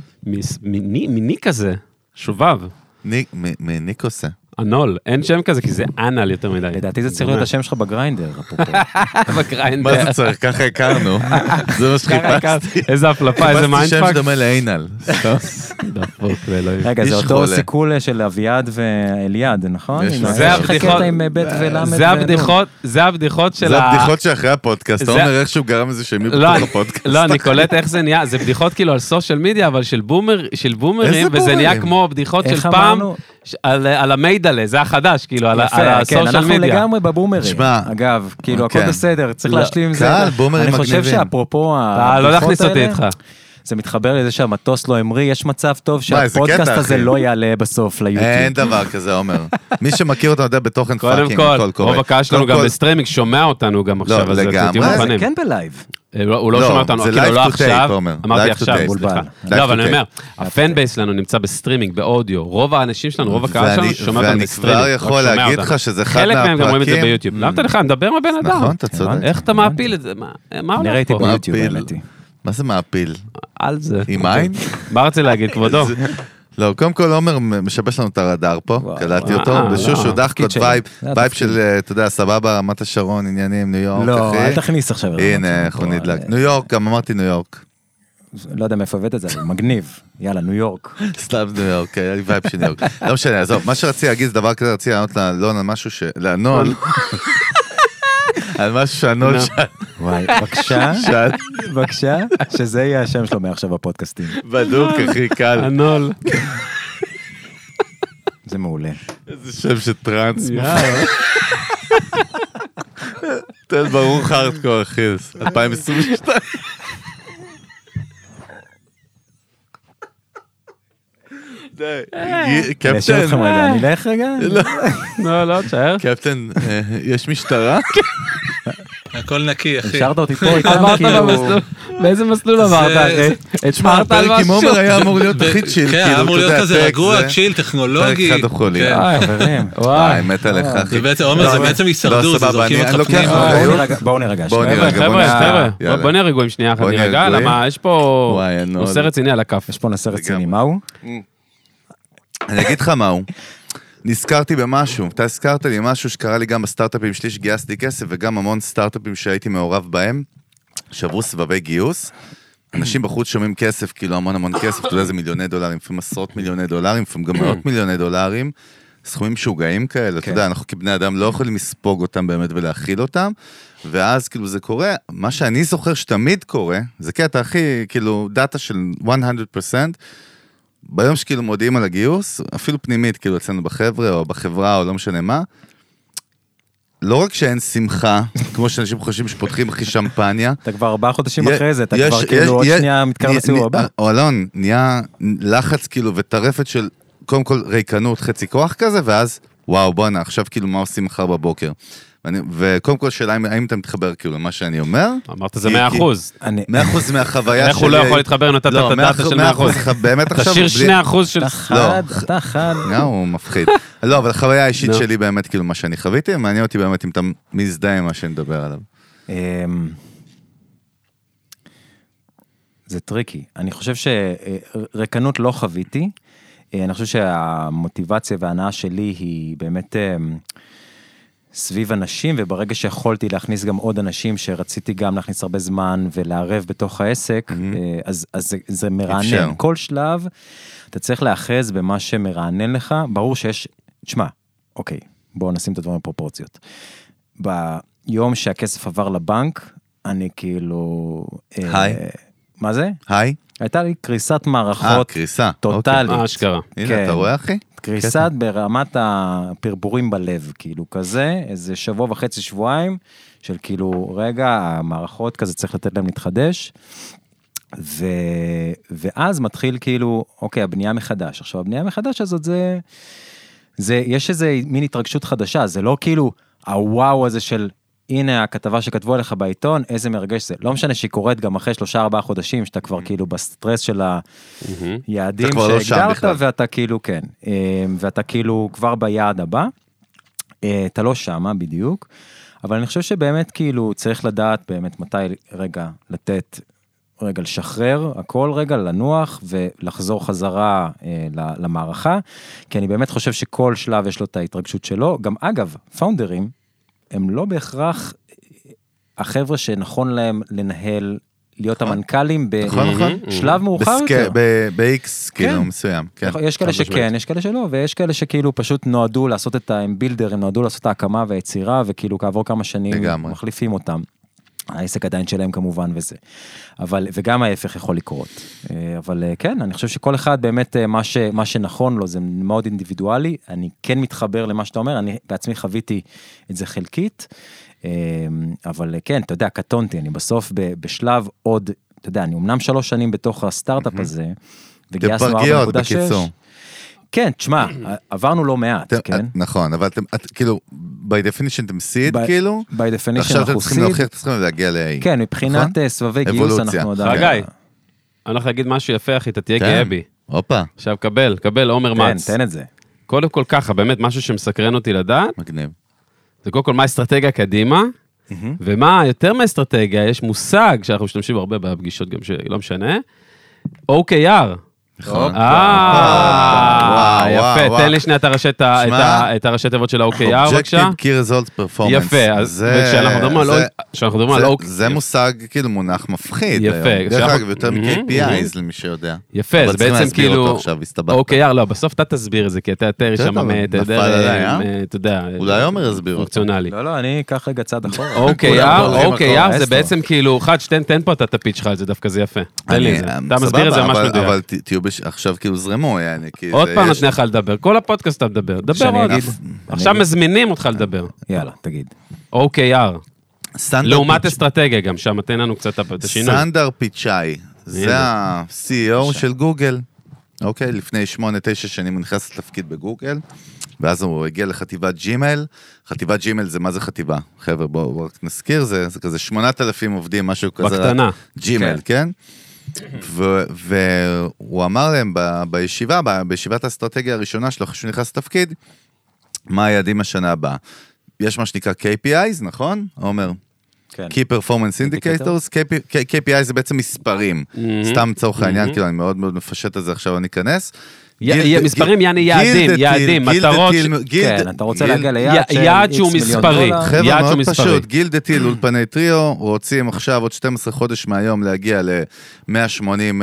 מיני כזה, שובב. מניקוסה. ענול, אין שם כזה, כי זה אנל יותר מדי. לדעתי זה צריך להיות השם שלך בגריינדר, אפרופו. בגריינדר. מה זה צריך? ככה הכרנו. זה מה שחיפשתי. איזה הפלפה, איזה מיינדפאק. חיפשתי שם שדומה לאנל. דפוק ואלוהים. רגע, זה אותו סיכול של אביעד ואליעד, נכון? זה הבדיחות. זה הבדיחות של זה הבדיחות שאחרי הפודקאסט. אתה אומר איך שהוא גרם איזה שמי בתוך הפודקאסט. לא, אני קולט איך זה נהיה. זה בדיחות כאילו על סושיאל מדיה, אבל של בומרים, וזה נהיה כמו בדיחות של פעם. על המיידלה, זה החדש, כאילו, על הסושיאל מדיה. אנחנו לגמרי בבומרים, אגב, כאילו, הכל בסדר, צריך להשלים עם זה. אני חושב שאפרופו לא להכניס אותי איתך. זה מתחבר לזה שהמטוס לא אמרי, יש מצב טוב שהפודקאסט הזה לא יעלה בסוף ליוטיוב. אין דבר כזה, עומר. מי שמכיר אותנו יודע בתוכן פאקינג, קודם כל, רוב הקהל שלנו גם בסטרימינג, שומע אותנו גם עכשיו, אז זה כן בלייב. הוא לא שומע אותנו, כאילו לא עכשיו, אמרתי עכשיו, סליחה. לא, אבל אני אומר, הפן בייס שלנו נמצא בסטרימינג, באודיו, רוב האנשים שלנו, רוב הקהל שלנו שומע אותנו בסטרימינג. ואני כבר יכול להגיד לך שזה אחד חלק מהם גם רואים את זה ביוטיוב. למה אתה לך, נדבר מהבן אדם. נכון, אתה צודק. איך אתה מעפיל את זה? מה הולך פה? נראיתי ביוטיוב, האמתי. מה זה מעפיל? על זה. עם עין? מה רצי להגיד, כבודו? לא, קודם כל עומר משבש לנו את הרדאר פה, קלטתי אותו, בשושו דחקות וייב של, אתה יודע, סבבה, רמת השרון, עניינים, ניו יורק, לא, אל תכניס עכשיו. הנה, איך הוא נדלק. ניו יורק, גם אמרתי ניו יורק. לא יודע מאיפה הבאת את זה, אבל מגניב. יאללה, ניו יורק. סתם ניו יורק, היה לי וייב של ניו יורק. לא משנה, עזוב, מה שרציתי להגיד זה דבר כזה, רציתי לענות לאלון על משהו לאלון, על משהו שהנול שאל. וואי, בבקשה, שזה יהיה השם שלו מעכשיו בפודקאסטים. בדוק, הכי קל. הנול. זה מעולה. איזה שם של טרנס. תל ברוך הארדקור, אחי, 2022. די, קפטן. אני אלך רגע? לא, תשאר. קפטן, יש משטרה? הכל נקי, אחי. השארת אותי פה, עברת במסלול. באיזה מסלול עברת, אחי? תשמע, הפרק עם עומר היה אמור להיות הכי צ'יל. כן, היה אמור להיות כזה רגוע, צ'יל, טכנולוגי. פרק חד אוכלים. חברים. וואי, מת עליך, אחי. עומר, זה בעצם הישרדות, זה זורקים אותך פנימה. בואו נרגע. חבר'ה, בואו נהיה רגועים שנייה אחת. נרגע, למה יש פה נושא רציני על הכף. יש פה נושא רציני, מהו? אני אגיד לך מהו. נזכרתי במשהו, אתה הזכרת לי משהו שקרה לי גם בסטארט-אפים שלי שגייסתי כסף, וגם המון סטארט-אפים שהייתי מעורב בהם, שעברו סבבי גיוס. אנשים בחוץ שומעים כסף, כאילו המון כסף, אתה יודע, זה $1,000,000, לפעמים $10 מיליון, לפעמים גם $100 מיליון, סכומים שוגעים כאלה, אתה יודע, אנחנו כבני אדם לא יכולים לספוג אותם באמת ולהכיל אותם, ואז כאילו זה קורה, מה שאני זוכר שתמיד קורה, זה קטע הכי, כאילו, דאטה של 100%, ביום שכאילו מודיעים על הגיוס, אפילו פנימית, כאילו אצלנו בחבר'ה, או בחברה, או לא משנה מה, לא רק שאין שמחה, כמו שאנשים חושבים שפותחים הכי שמפניה. אתה כבר 4 חודשים אחרי זה, אתה כבר כאילו עוד שנייה מתקרב לסיבוב הבא. או אלון, נהיה לחץ כאילו וטרפת של, קודם כל ריקנות, חצי כוח כזה, ואז, וואו, בוא'נה, עכשיו כאילו מה עושים מחר בבוקר. וקודם כל שאלה, האם אתה מתחבר כאילו למה שאני אומר? אמרת זה 100%. 100% מהחוויה שלי. איך הוא לא יכול להתחבר נתת את הדאטה של 100%? באמת עכשיו... תשאיר 2% של... אתה חד. הוא מפחיד. לא, אבל החוויה האישית שלי באמת כאילו מה שאני חוויתי, מעניין אותי באמת אם אתה מזדהה עם מה שאני מדבר עליו. זה טריקי. אני חושב שרקנות לא חוויתי. אני חושב שהמוטיבציה וההנאה שלי היא באמת... סביב אנשים, וברגע שיכולתי להכניס גם עוד אנשים, שרציתי גם להכניס הרבה זמן, ולערב בתוך העסק, אז זה מרענן. כל שלב, אתה צריך להאחז במה שמרענן לך, ברור שיש, תשמע, אוקיי, בואו נשים את הדברים בפרופורציות. ביום שהכסף עבר לבנק, אני כאילו... היי. מה זה? היי. הייתה לי קריסת מערכות. קריסה. טוטלית. אשכרה. הנה, אתה רואה, אחי? קריסת ברמת הפרבורים בלב, כאילו כזה, איזה 1.5 שבועיים, של כאילו, רגע, המערכות כזה צריך לתת להם להתחדש, ואז מתחיל כאילו, אוקיי, הבנייה מחדש. עכשיו, הבנייה מחדש הזאת יש איזה מין התרגשות חדשה, זה לא כאילו, הוואו הזה של, הנה הכתבה שכתבו עליך בעיתון, איזה מרגש זה. לא משנה שהיא קורית גם אחרי 3-4 חודשים, שאתה כבר כאילו בסטרס של היעדים שהגדרת, ואתה כאילו, כן, ואתה כאילו כבר ביעד הבא, אתה לא שמה בדיוק, אבל אני חושב שבאמת כאילו צריך לדעת באמת מתי רגע לתת, רגע לשחרר, הכל רגע לנוח ולחזור חזרה למערכה, כי אני באמת חושב שכל שלב יש לו את ההתרגשות שלו, גם אגב, פאונדרים, הם לא בהכרח החבר'ה שנכון להם לנהל, להיות המנכ"לים בשלב מאוחר יותר. ב-X כאילו מסוים. יש כאלה שכן, יש כאלה שלא, ויש כאלה שכאילו פשוט נועדו לעשות את ה-builder, הם נועדו לעשות את ההקמה והיצירה, וכאילו כעבור כמה שנים מחליפים אותם. העסק עדיין שלהם כמובן וזה. וגם ההפך יכול לקרות. אבל כן, אני חושב שכל אחד באמת מה שנכון לו זה מאוד אינדיבידואלי, אני כן מתחבר למה שאתה אומר, אני בעצמי חוויתי את זה חלקית, אבל כן, אתה יודע, קטונתי, אני בסוף בשלב עוד, אתה יודע, אני אמנם 3 שנים בתוך הסטארט-אפ הזה, וגייסנו 4.6. כן, תשמע, עברנו לא מעט, כן? נכון, אבל אתם, כאילו, by definition אתם סיד, כאילו? by definition אנחנו סיד. עכשיו אתם צריכים להוכיח, אתם צריכים להגיע ל-A. כן, מבחינת סבבי גיוס אנחנו עוד... חגי, אני הולך להגיד משהו יפה, אחי, אתה תהיה גאה בי. הופה. עכשיו, קבל, עומר מצ. תן את זה. קודם כל ככה, באמת, משהו שמסקרן אותי לדעת. מגניב. זה קודם כל, מה האסטרטגיה קדימה, ומה יותר מהאסטרטגיה, יש מושג שאנחנו משתמשים הרבה בפגישות גם שלא משנה, OKR. יפה, תן לי שנייה את הראשי תיבות של ה-OKR, בבקשה. Objective Key Results Performance. יפה, אז כשאנחנו מדברים על זה מושג כאילו מונח מפחיד. יפה. דרך אגב, יותר מ-KPIs למי שיודע. יפה, זה בעצם כאילו, OKR, לא, בסוף אתה תסביר את זה, כי אתה יותר שם, אתה יודע, אולי עומר יסביר. פונקציונלי. לא, אני אקח רגע צעד אחורה. OKR זה בעצם כאילו, תן פה את הפיץ' שלך על זה, דווקא זה יפה. אתה מסביר את זה ממש מדויק. אבל תהיו עכשיו כאילו זרמו, עוד פעם נתנה לך לדבר, כל הפודקאסט אתה מדבר, דבר עוד. עכשיו מזמינים אותך לדבר. יאללה, תגיד. OKR. לעומת אסטרטגיה גם, שם תן לנו קצת את השינוי. סנדר פיצ'אי, זה ה-CEO של גוגל. אוקיי, לפני 8-9 שנים הוא נכנס לתפקיד בגוגל, ואז הוא הגיע לחטיבת ג'ימייל. חטיבת ג'ימייל זה מה זה חטיבה? חבר'ה, בואו רק נזכיר, זה כזה 8,000 עובדים, משהו כזה. בקטנה. ג'ימייל, כן? והוא אמר להם בישיבת האסטרטגיה הראשונה שלו, כשהוא נכנס לתפקיד, מה היעדים השנה הבאה? יש מה שנקרא KPIs, נכון? עומר? Key Performance Indicators, KPI זה בעצם מספרים, סתם צורך העניין, כאילו אני מאוד מאוד מפשט את זה, עכשיו אני אכנס. מספרים יעדים, מטרות. כן, אתה רוצה להגיע ליעד של יעד שהוא מספרי. חבר'ה מאוד פשוט, גילדטיל, אולפני טריו, רוצים עכשיו עוד 12 חודש מהיום להגיע ל-180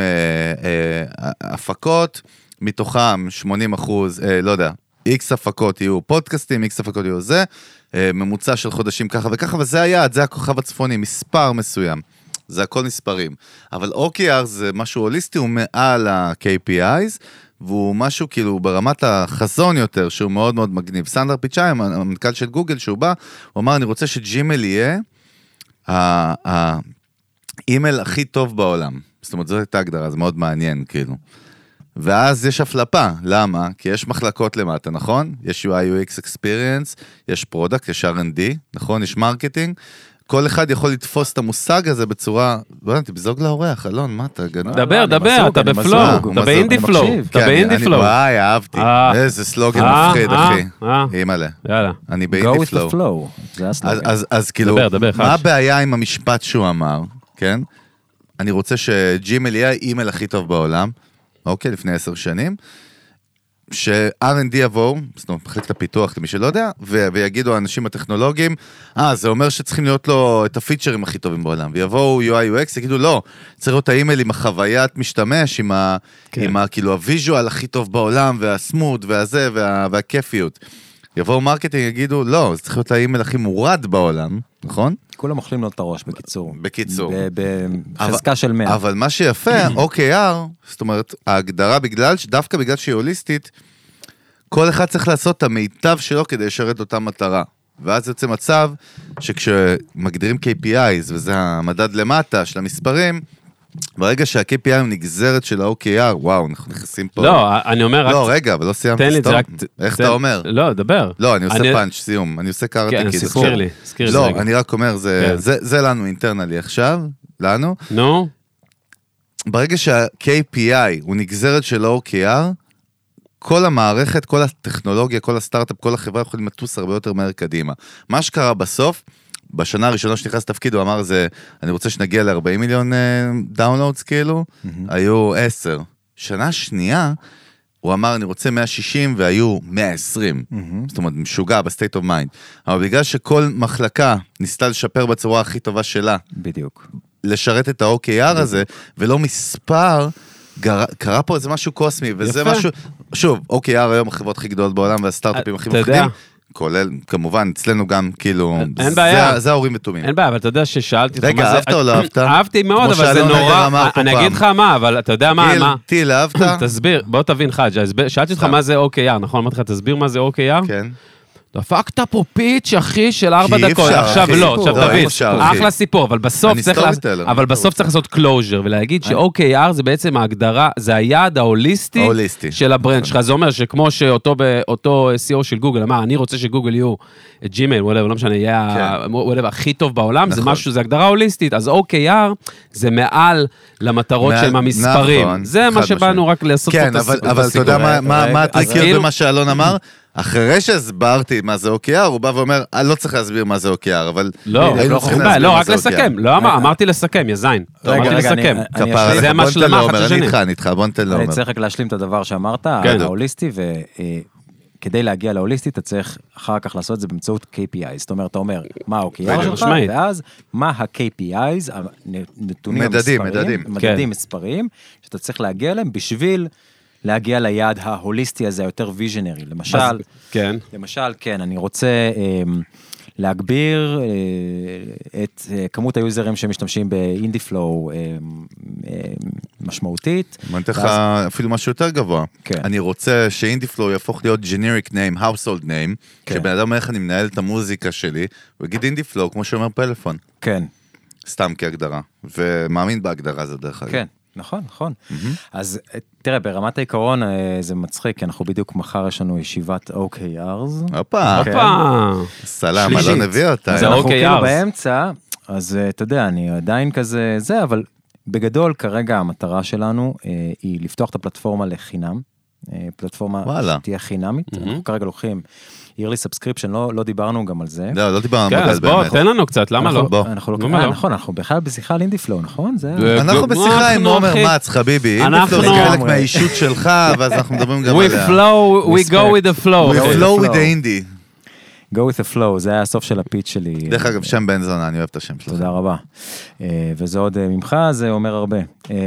הפקות, מתוכם 80%, לא יודע, X הפקות יהיו פודקאסטים, X הפקות יהיו זה, ממוצע של חודשים ככה וככה, וזה היעד, זה הכוכב הצפוני, מספר מסוים. זה הכל מספרים. אבל OKR זה משהו הוליסטי, הוא מעל ה-KPIs, והוא משהו כאילו ברמת החזון יותר, שהוא מאוד מאוד מגניב. סנדר פיצ'אי, המנכ"ל של גוגל, שהוא בא, הוא אמר, אני רוצה שג'ימייל יהיה האימייל הכי טוב בעולם. זאת אומרת, זאת הייתה הגדרה, זה מאוד מעניין, כאילו. ואז יש הפלפה, למה? כי יש מחלקות למטה, נכון? יש UI UX Experience, יש פרודקט, יש R&D, נכון? יש מרקטינג. כל אחד יכול לתפוס את המושג הזה בצורה, לא יודע, תבזוג להורח, אלון, מה אתה גנוב? דבר, אתה בפלואו, אתה באינדי פלואו, אתה באינדי פלואו. וואי, אהבתי, איזה סלוגן מפחיד, אחי. אימא'לה. יאללה. אני באינדי פלואו. אז כאילו, מה הבעיה עם המשפט שהוא אמר, כן? אני רוצה שג'ימייל יהיה האימייל הכי טוב בעולם, אוקיי, לפני 10 שנים, ש-R&D יבואו, זאת אומרת, מחלקת הפיתוח, למי שלא יודע, ויגידו האנשים הטכנולוגיים, זה אומר שצריכים להיות לו את הפיצ'רים הכי טובים בעולם, ויבואו UI UX, יגידו, לא, צריך להיות האימייל עם החוויית משתמש, עם כאילו הוויז'ואל הכי טוב בעולם, והסמוד, והזה, והכיפיות. יבואו מרקטינג, יגידו, לא, זה צריך להיות האימייל הכי מורד בעולם, נכון? כולם אוכלים לו את הראש, בקיצור. בקיצור. בחזקה של 100. אבל מה שיפה, OKR, זאת אומרת, ההגדרה דווקא בגלל שהיא הוליסטית, כל אחד צריך לעשות את המיטב שלו כדי לשרת אותה מטרה. ואז יוצא מצב שכשמגדירים KPIs, וזה המדד למטה של המספרים, ברגע שה-KPI הוא נגזרת של ה-OKR, וואו, אנחנו נכנסים פה. לא, אני אומר... לא, רגע, אבל לא סיימת סתום. איך אתה אומר? לא, דבר. לא, אני עושה פאנץ', סיום. אני עושה קארטי. כן, סזכיר לי. לא, אני רק אומר, זה לנו אינטרנלי עכשיו, לנו. נו. ברגע שה-KPI הוא נגזרת של ה-OKR, כל המערכת, כל הטכנולוגיה, כל הסטארט-אפ, כל החברה יכולים לטוס הרבה יותר מהר קדימה. מה שקרה בסוף, בשנה הראשונה שנכנס לתפקיד, הוא אמר, אני רוצה שנגיע ל-40 מיליון דאונלודס, כאילו, היו 10. שנה שנייה, הוא אמר, אני רוצה 160, והיו 120. זאת אומרת, משוגע בסטייט אוף מיינד. אבל בגלל שכל מחלקה ניסתה לשפר בצורה הכי טובה שלה, בדיוק. לשרת את ה-OKR הזה, ולא מספר, קרה פה איזה משהו קוסמי, וזה משהו, שוב, OKR היום החברות הכי גדולות בעולם, והסטארט-אפים הכי מפחידים, כולל, כמובן, אצלנו גם, כאילו, זה ההורים ותומים. אין בעיה, אבל אתה יודע ששאלתי אותך מה זה... רגע, אהבת או לא אהבת? אהבתי מאוד, אבל זה נורא, אני אגיד לך מה, אבל אתה יודע מה? טיל, אהבת? תסביר, בוא תבין חג'ה, שאלתי אותך מה זה OKR, נכון? אמרתי לך, תסביר מה זה OKR? כן. דפקת פה פיץ' אחי של 4 דקות, עכשיו לא, עכשיו תבין, אחלה סיפור, אבל בסוף צריך לעשות קלוז'ר, ולהגיד ש-OKR זה בעצם ההגדרה, זה היעד ההוליסטי של הברנד שלך, זה אומר שכמו שאותו CEO של גוגל אמר, אני רוצה שגוגל יהיו ג'ימייל, לא משנה, יהיה הכי טוב בעולם, זה משהו, זה הגדרה הוליסטית, אז OKR זה מעל למטרות שהם המספרים, זה מה שבאנו רק לעשות כן, אבל אתה יודע מה הטריקיות במה שאלון אמר? אחרי שהסברתי מה זה OKR, הוא בא ואומר, לא צריך להסביר מה זה OKR, אבל... לא, רק לסכם. לא, אמרתי לסכם, יזיין. אמרתי לסכם. זה מה שלמה אחת שני. אני איתך, בוא נתן לו. אני צריך רק להשלים את הדבר שאמרת, ההוליסטי, וכדי להגיע להוליסטי, אתה צריך אחר כך לעשות את זה באמצעות KPIs. זאת אומרת, אתה אומר, מה ה-OKR שלך, ואז מה ה-KPIs, הנתונים המספריים, מדדים מספריים, שאתה צריך להגיע אליהם בשביל להגיע ליעד ההוליסטי הזה, היותר ויז'נרי. למשל, כן, אני רוצה להגביר את כמות היוזרים שמשתמשים באינדיפלואו משמעותית. אמרתי לך אפילו משהו יותר גבוה. אני רוצה שאינדיפלואו יהפוך להיות generic name, household name, שבן אדם איך אני מנהל את המוזיקה שלי, הוא יגיד אינדיפלואו, כמו שאומר פלאפון. כן. סתם כהגדרה, ומאמין בהגדרה זה דרך אגב. כן. נכון. אז תראה, ברמת העיקרון זה מצחיק, כי אנחנו בדיוק מחר יש לנו ישיבת OKRs. הופה. סלאם, לא נביא אותה. אז אנחנו כאילו באמצע, אז אתה יודע, אני עדיין כזה, אבל בגדול כרגע המטרה שלנו היא לפתוח את הפלטפורמה לחינם, פלטפורמה שתהיה חינמית, אנחנו כרגע לוקחים yearly subscription, לא דיברנו גם על זה. לא דיברנו על זה. אז בוא, תן לנו קצת, למה לא? נכון, אנחנו בכלל בשיחה על אינדיפלואו, נכון? אנחנו בשיחה עם עומר מצ, חביבי. אינדיפלואו זה חלק מהאישות שלך, ואז אנחנו מדברים גם עליה. We go with the flow. We flow with the indie. go with the flow, זה היה הסוף של הפיץ' שלי. דרך אגב, שם בן זונה, אני אוהב את השם שלך. תודה רבה. וזה עוד ממך, זה אומר הרבה.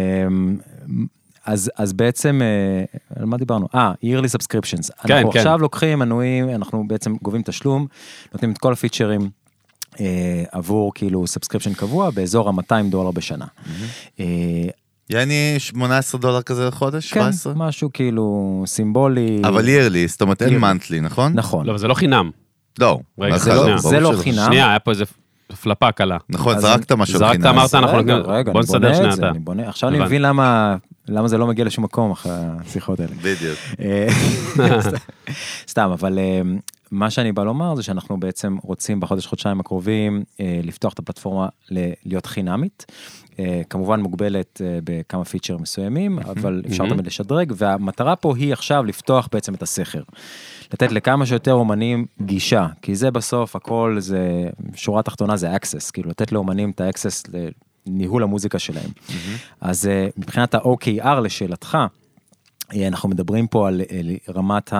אז בעצם, על מה דיברנו? yearly subscriptions. אנחנו עכשיו לוקחים מנויים, אנחנו בעצם גובים תשלום, נותנים את כל הפיצ'רים עבור כאילו subscription קבוע, באזור $200 בשנה. יעני $18 כזה לחודש? 17? כן, משהו כאילו סימבולי. אבל yearly, זאת אומרת אין monthly, נכון? נכון. לא, אבל זה לא חינם. לא. זה לא חינם. שנייה, היה פה איזה... פלפה קלה. נכון, זרקת משהו חינם. זרקת, אמרת, אנחנו... בוא נסדר שנייה אתה. עכשיו אני מבין למה זה לא מגיע לשום מקום אחרי השיחות האלה. בדיוק. סתם, אבל מה שאני בא לומר זה שאנחנו בעצם רוצים בחודש-חודשיים הקרובים לפתוח את הפלטפורמה להיות חינמית, כמובן מוגבלת בכמה פיצ'ר מסוימים, אבל אפשר תמיד לשדרג, והמטרה פה היא עכשיו לפתוח בעצם את הסכר. לתת לכמה שיותר אומנים גישה, כי זה בסוף הכל, זה, שורה תחתונה זה access, כאילו לתת לאומנים את ה-access לניהול המוזיקה שלהם. אז מבחינת ה-OKR לשאלתך, אנחנו מדברים פה על רמת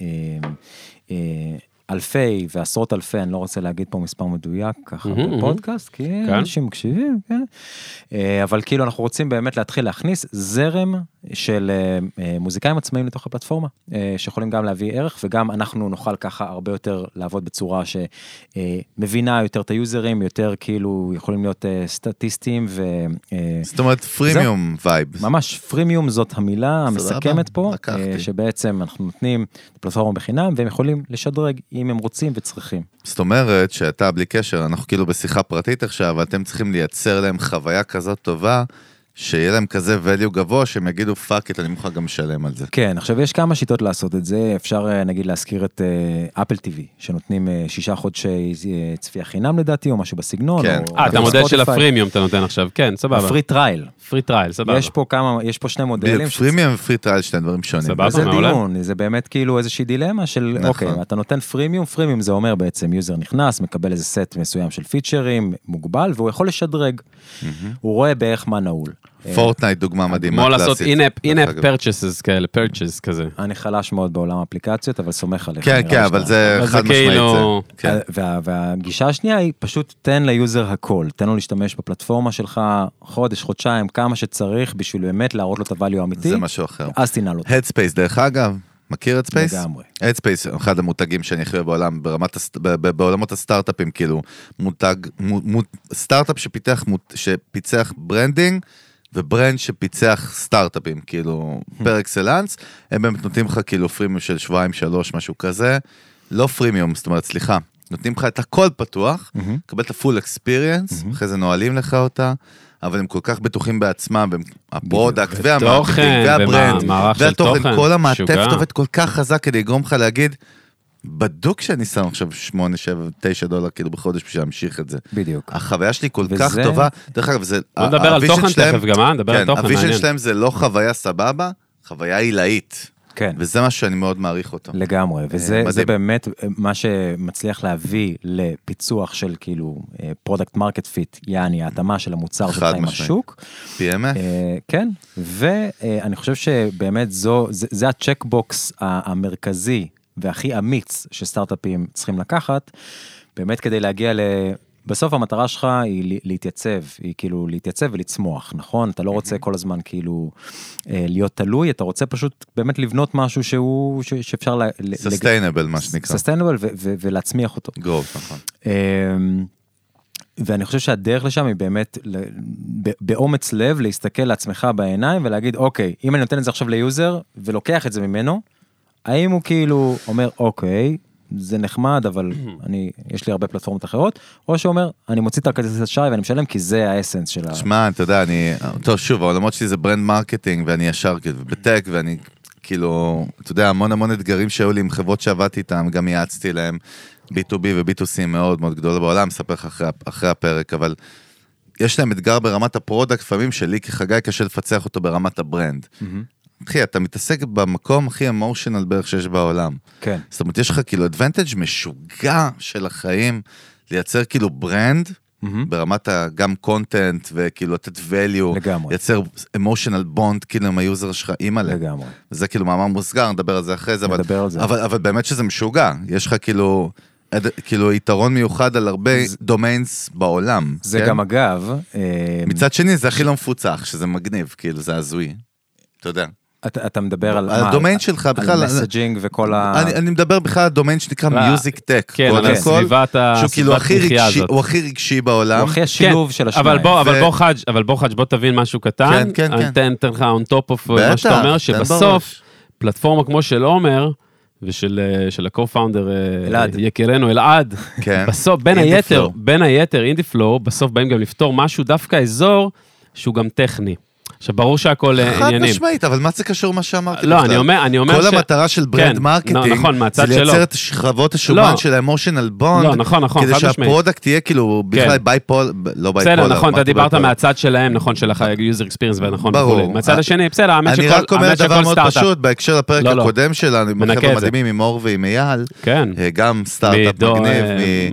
אלפי ועשרות אלפי, אני לא רוצה להגיד פה מספר מדויק ככה בפודקאסט, כי אנשים מקשיבים, כן? אבל כאילו אנחנו רוצים באמת להתחיל להכניס זרם של מוזיקאים עצמאים לתוך הפלטפורמה, שיכולים גם להביא ערך, וגם אנחנו נוכל ככה הרבה יותר לעבוד בצורה שמבינה יותר את היוזרים, יותר כאילו יכולים להיות סטטיסטים זאת אומרת פרימיום וייב. ממש פרימיום זאת המילה המסכמת פה, שבעצם אנחנו נותנים פלטפורמה בחינם, והם יכולים לשדרג אם הם רוצים וצריכים. זאת אומרת שאתה בלי קשר, אנחנו כאילו בשיחה פרטית עכשיו, ואתם צריכים לייצר להם חוויה כזאת טובה, שיהיה להם כזה value גבוה, שהם יגידו פאק את, אני מוכן גם לשלם על זה. כן, עכשיו יש כמה שיטות לעשות את זה, אפשר נגיד להזכיר את אפל TV, שנותנים 6 חודשי צפייה חינם לדעתי, או משהו בסגנון. כן. את המודל של הפרימיום אתה נותן עכשיו, כן, סבבה. הפרי טרייל. פרי טרייל, סבבה. יש פה שני מודלים. פרימיום ופרי טרייל שני דברים שונים. סבבה, זה דיון, זה באמת כאילו איזושהי דילמה של, אוקיי, אתה נותן פרימיום, פרימיום זה אומר בעצם יוזר נכנס, מקבל איזה סט מסוים של פיצ'רים, מוגבל, והוא יכול לשדרג. הוא רואה בערך מה נעול. פורטנייט דוגמה מדהימה. כמו לעשות in-app purchases כאלה, purchase כזה. אני חלש מאוד בעולם האפליקציות, אבל סומך עליך. כן, כן, אבל זה חד משמעית זה. והגישה השנייה היא פשוט תן ליוזר הכל, תן לו להשתמש בפלטפורמה שלך חודש, חודשיים, כמה שצרך, בשביל באמת להראות לו את הvalue האמיתי. זה משהו אחר. אז תנעל אותו. Headspace, דרך אגב, מכיר Headspace? לגמרי. Headspace, אחד המותגים שאני חושב בעולם, בעולמות הסטארט-אפים, כאילו, סטארט-אפ שפיצח ברנדינג, וברנד שפיצח סטארט-אפים, כאילו, פר אקסלנס, הם באמת נותנים לך כאילו פרימיום של 2-3, משהו כזה, לא פרימיום, זאת אומרת, סליחה, נותנים לך את הכל פתוח, קבל את הפול אקספיריאנס, אחרי זה נועלים לך אותה, אבל הם כל כך בטוחים בעצמם, הפרודקט והמרקטינג והברנד, והתוכן, כל המעטפת עובד כל כך חזק כדי לגרום לך להגיד, בדוק שאני שם עכשיו $8, $7, $9 כאילו בחודש בשביל להמשיך את זה. בדיוק. החוויה שלי כל כך טובה, דרך אגב, זה... בוא נדבר על תוכן תכף גם, נדבר על תוכן, הוויז'ן שלהם זה לא חוויה סבבה, חוויה עילאית. כן. וזה מה שאני מאוד מעריך אותו. לגמרי, וזה באמת מה שמצליח להביא לפיצוח של כאילו פרודקט מרקט פיט, יעני ההתאמה של המוצר שלך עם השוק. PMF. כן, ואני חושב שבאמת זה הצ'קבוקס המרכזי והכי אמיץ שסטארט-אפים צריכים לקחת, באמת כדי להגיע בסוף המטרה שלך היא כאילו להתייצב ולצמוח, נכון? אתה לא רוצה כל הזמן כאילו להיות תלוי, אתה רוצה פשוט באמת לבנות משהו שאפשר sustainable, מה שנקרא. sustainable ולהצמיח אותו. growth, נכון. ואני חושב שהדרך לשם היא באמת באומץ לב להסתכל לעצמך בעיניים ולהגיד, אוקיי, אם אני נותן את זה עכשיו ליוזר ולוקח את זה ממנו, האם הוא כאילו אומר, אוקיי, זה נחמד, אבל יש לי הרבה פלטפורמות אחרות, או שאומר, אני מוציא את הכרטיס אשראי ואני משלם, כי זה האסנס של שמע, אתה יודע, טוב, שוב, העולמות שלי זה ברנד מרקטינג, ואני ישר בטק, ואני כאילו, אתה יודע, המון אתגרים שהיו לי עם חברות שעבדתי איתם, גם יעצתי להם B2B ו-B2C מאוד מאוד גדול בעולם, מספר לך אחרי הפרק, אבל יש להם אתגר ברמת הפרודקט, לפעמים שלי כחגי קשה לפצח אותו ברמת הברנד. אחי, אתה מתעסק במקום הכי אמושיונל בערך שיש בעולם. כן. זאת אומרת, יש לך כאילו אדוונטג' משוגע של החיים, לייצר כאילו ברנד, ברמת גם קונטנט, וכאילו לתת value, לגמרי. לייצר אמושיונל בונד, כאילו עם היוזר שלך, אימא לב. לגמרי. זה כאילו מאמר מוסגר, נדבר על זה אחרי זה, אבל באמת שזה משוגע. יש לך כאילו יתרון מיוחד על הרבה דומיינס בעולם. זה גם אגב... מצד שני, זה הכי לא מפוצח, שזה מגניב, כאילו, זה הזוי. אתה יודע. אתה מדבר על הדומיין שלך בכלל, על מסג'ינג וכל אני מדבר בכלל על דומיין שנקרא מיוזיק טק. כן, על הסביבת המחיה הזאת. הוא הכי רגשי בעולם. הוא הכי השילוב של השניים. אבל בוא חאג', בוא תבין משהו קטן. כן. אני אתן לך on top of מה שאתה אומר, שבסוף פלטפורמה כמו של עומר, ושל ה-co-founder יקירנו אלעד, בסוף בין היתר אינדיפלואו, בסוף באים גם לפתור משהו דווקא אזור שהוא גם טכני. עכשיו, ברור שהכל עניינים. חד משמעית, אבל מה זה קשור מה שאמרתי? לא, אני אומר כל המטרה של ברנד מרקטינג, זה לייצר את שכבות השומן של האמושיונל בונד, כדי שהפרודקט יהיה כאילו בכלל בייפול, לא בייפול. בסדר, נכון, אתה דיברת מהצד שלהם, נכון, של היוזר אקספיריאנס, ונכון, ברור. מהצד השני, בסדר, האמת שכל אני רק אומר דבר מאוד פשוט, בהקשר לפרק הקודם שלנו, עם החבר'ה מדהימים, עם אור ועם אייל, גם סטארט-אפ מגניב,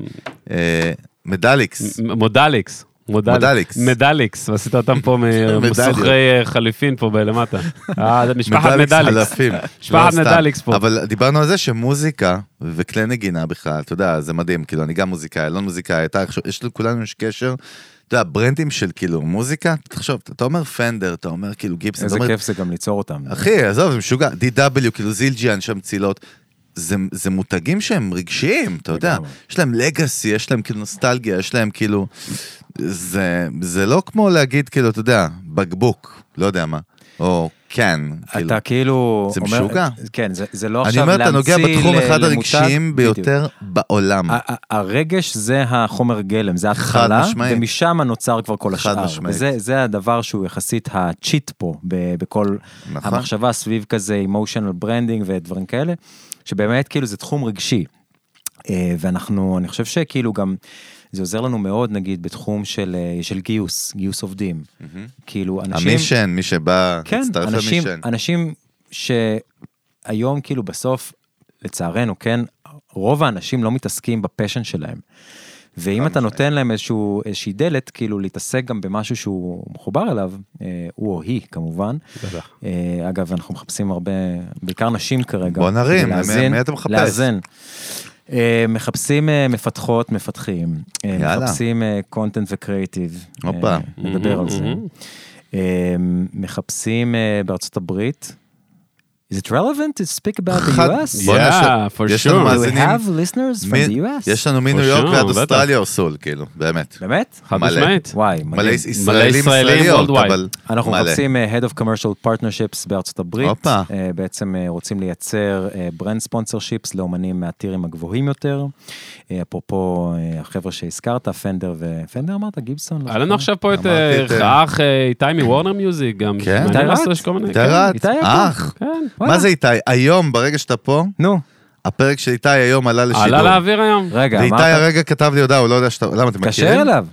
מדליקס, ועשית אותם פה מסוחרי חליפין פה בלמטה. משפחת מדליקס. משפחת מדליקס פה. אבל דיברנו על זה שמוזיקה וכלי נגינה בכלל, אתה יודע, זה מדהים, כאילו, אני גם מוזיקאי, לא מוזיקאי, יש לכולנו יש קשר, אתה יודע, ברנדים של כאילו מוזיקה, תחשוב, אתה אומר פנדר, אתה אומר כאילו גיבסון. איזה כיף זה גם ליצור אותם. אחי, עזוב, זה משוגע, DW, כאילו זילג'יאן שם צילות. זה מותגים שהם רגשיים, אתה יודע, יש להם לגאסי, יש להם כאילו נוסטלגיה, יש להם כאילו, זה לא כמו להגיד כאילו, אתה יודע, בקבוק, לא יודע מה, או כן. אתה כאילו... זה משוגע. כן, זה לא עכשיו להמציא... אני אומר, אתה נוגע בתחום אחד למותג, הרגשיים ביותר בעולם. הרגש זה החומר גלם, זה התחלה, ומשם נוצר כבר כל השאר. וזה הדבר שהוא יחסית הצ'יט פה, בכל המחשבה סביב כזה, emotional branding ודברים כאלה, שבאמת כאילו זה תחום רגשי. ואנחנו, אני חושב שכאילו גם... זה עוזר לנו מאוד, נגיד, בתחום של גיוס עובדים. כאילו, אנשים... המישן, מי שבא, הצטרף למישן. אנשים שהיום, כאילו, בסוף, לצערנו, כן, רוב האנשים לא מתעסקים בפשן שלהם. ואם אתה נותן להם איזושהי דלת, כאילו, להתעסק גם במשהו שהוא מחובר אליו, הוא או היא, כמובן. אגב, אנחנו מחפשים הרבה, בעיקר נשים כרגע. בוא נרים, מי אתה מחפש? לאזן. מחפשים מפתחות, מפתחים, מחפשים קונטנט וקריאטיב, נדבר על זה, מחפשים בארצות הברית, is it relevant to speak about the US? Yeah, for sure. Do we have listeners from the US? יש לנו מניו יורק ועד אוסטרליה או סול, כאילו, באמת. באמת? חד משמעית. וואי, מלא ישראליות, אבל... אנחנו מחפשים Head of Commercial Partnerships בארצות הברית, בעצם רוצים לייצר ברנד ספונסרשיפס לאומנים מהטירים הגבוהים יותר, אפרופו החבר'ה שהזכרת, פנדר ופנדר אמרת, גיבסון. היה לנו עכשיו פה את אח איתי מוורנר מיוזיק, גם איתי אח. מה זה איתי? היום, ברגע שאתה פה, הפרק של איתי היום עלה לשידור. עלה לאוויר היום. רגע, ואיתי הרגע כתב לי הודעה, הוא לא יודע שאתה... למה אתה מכירים? קשר אליו.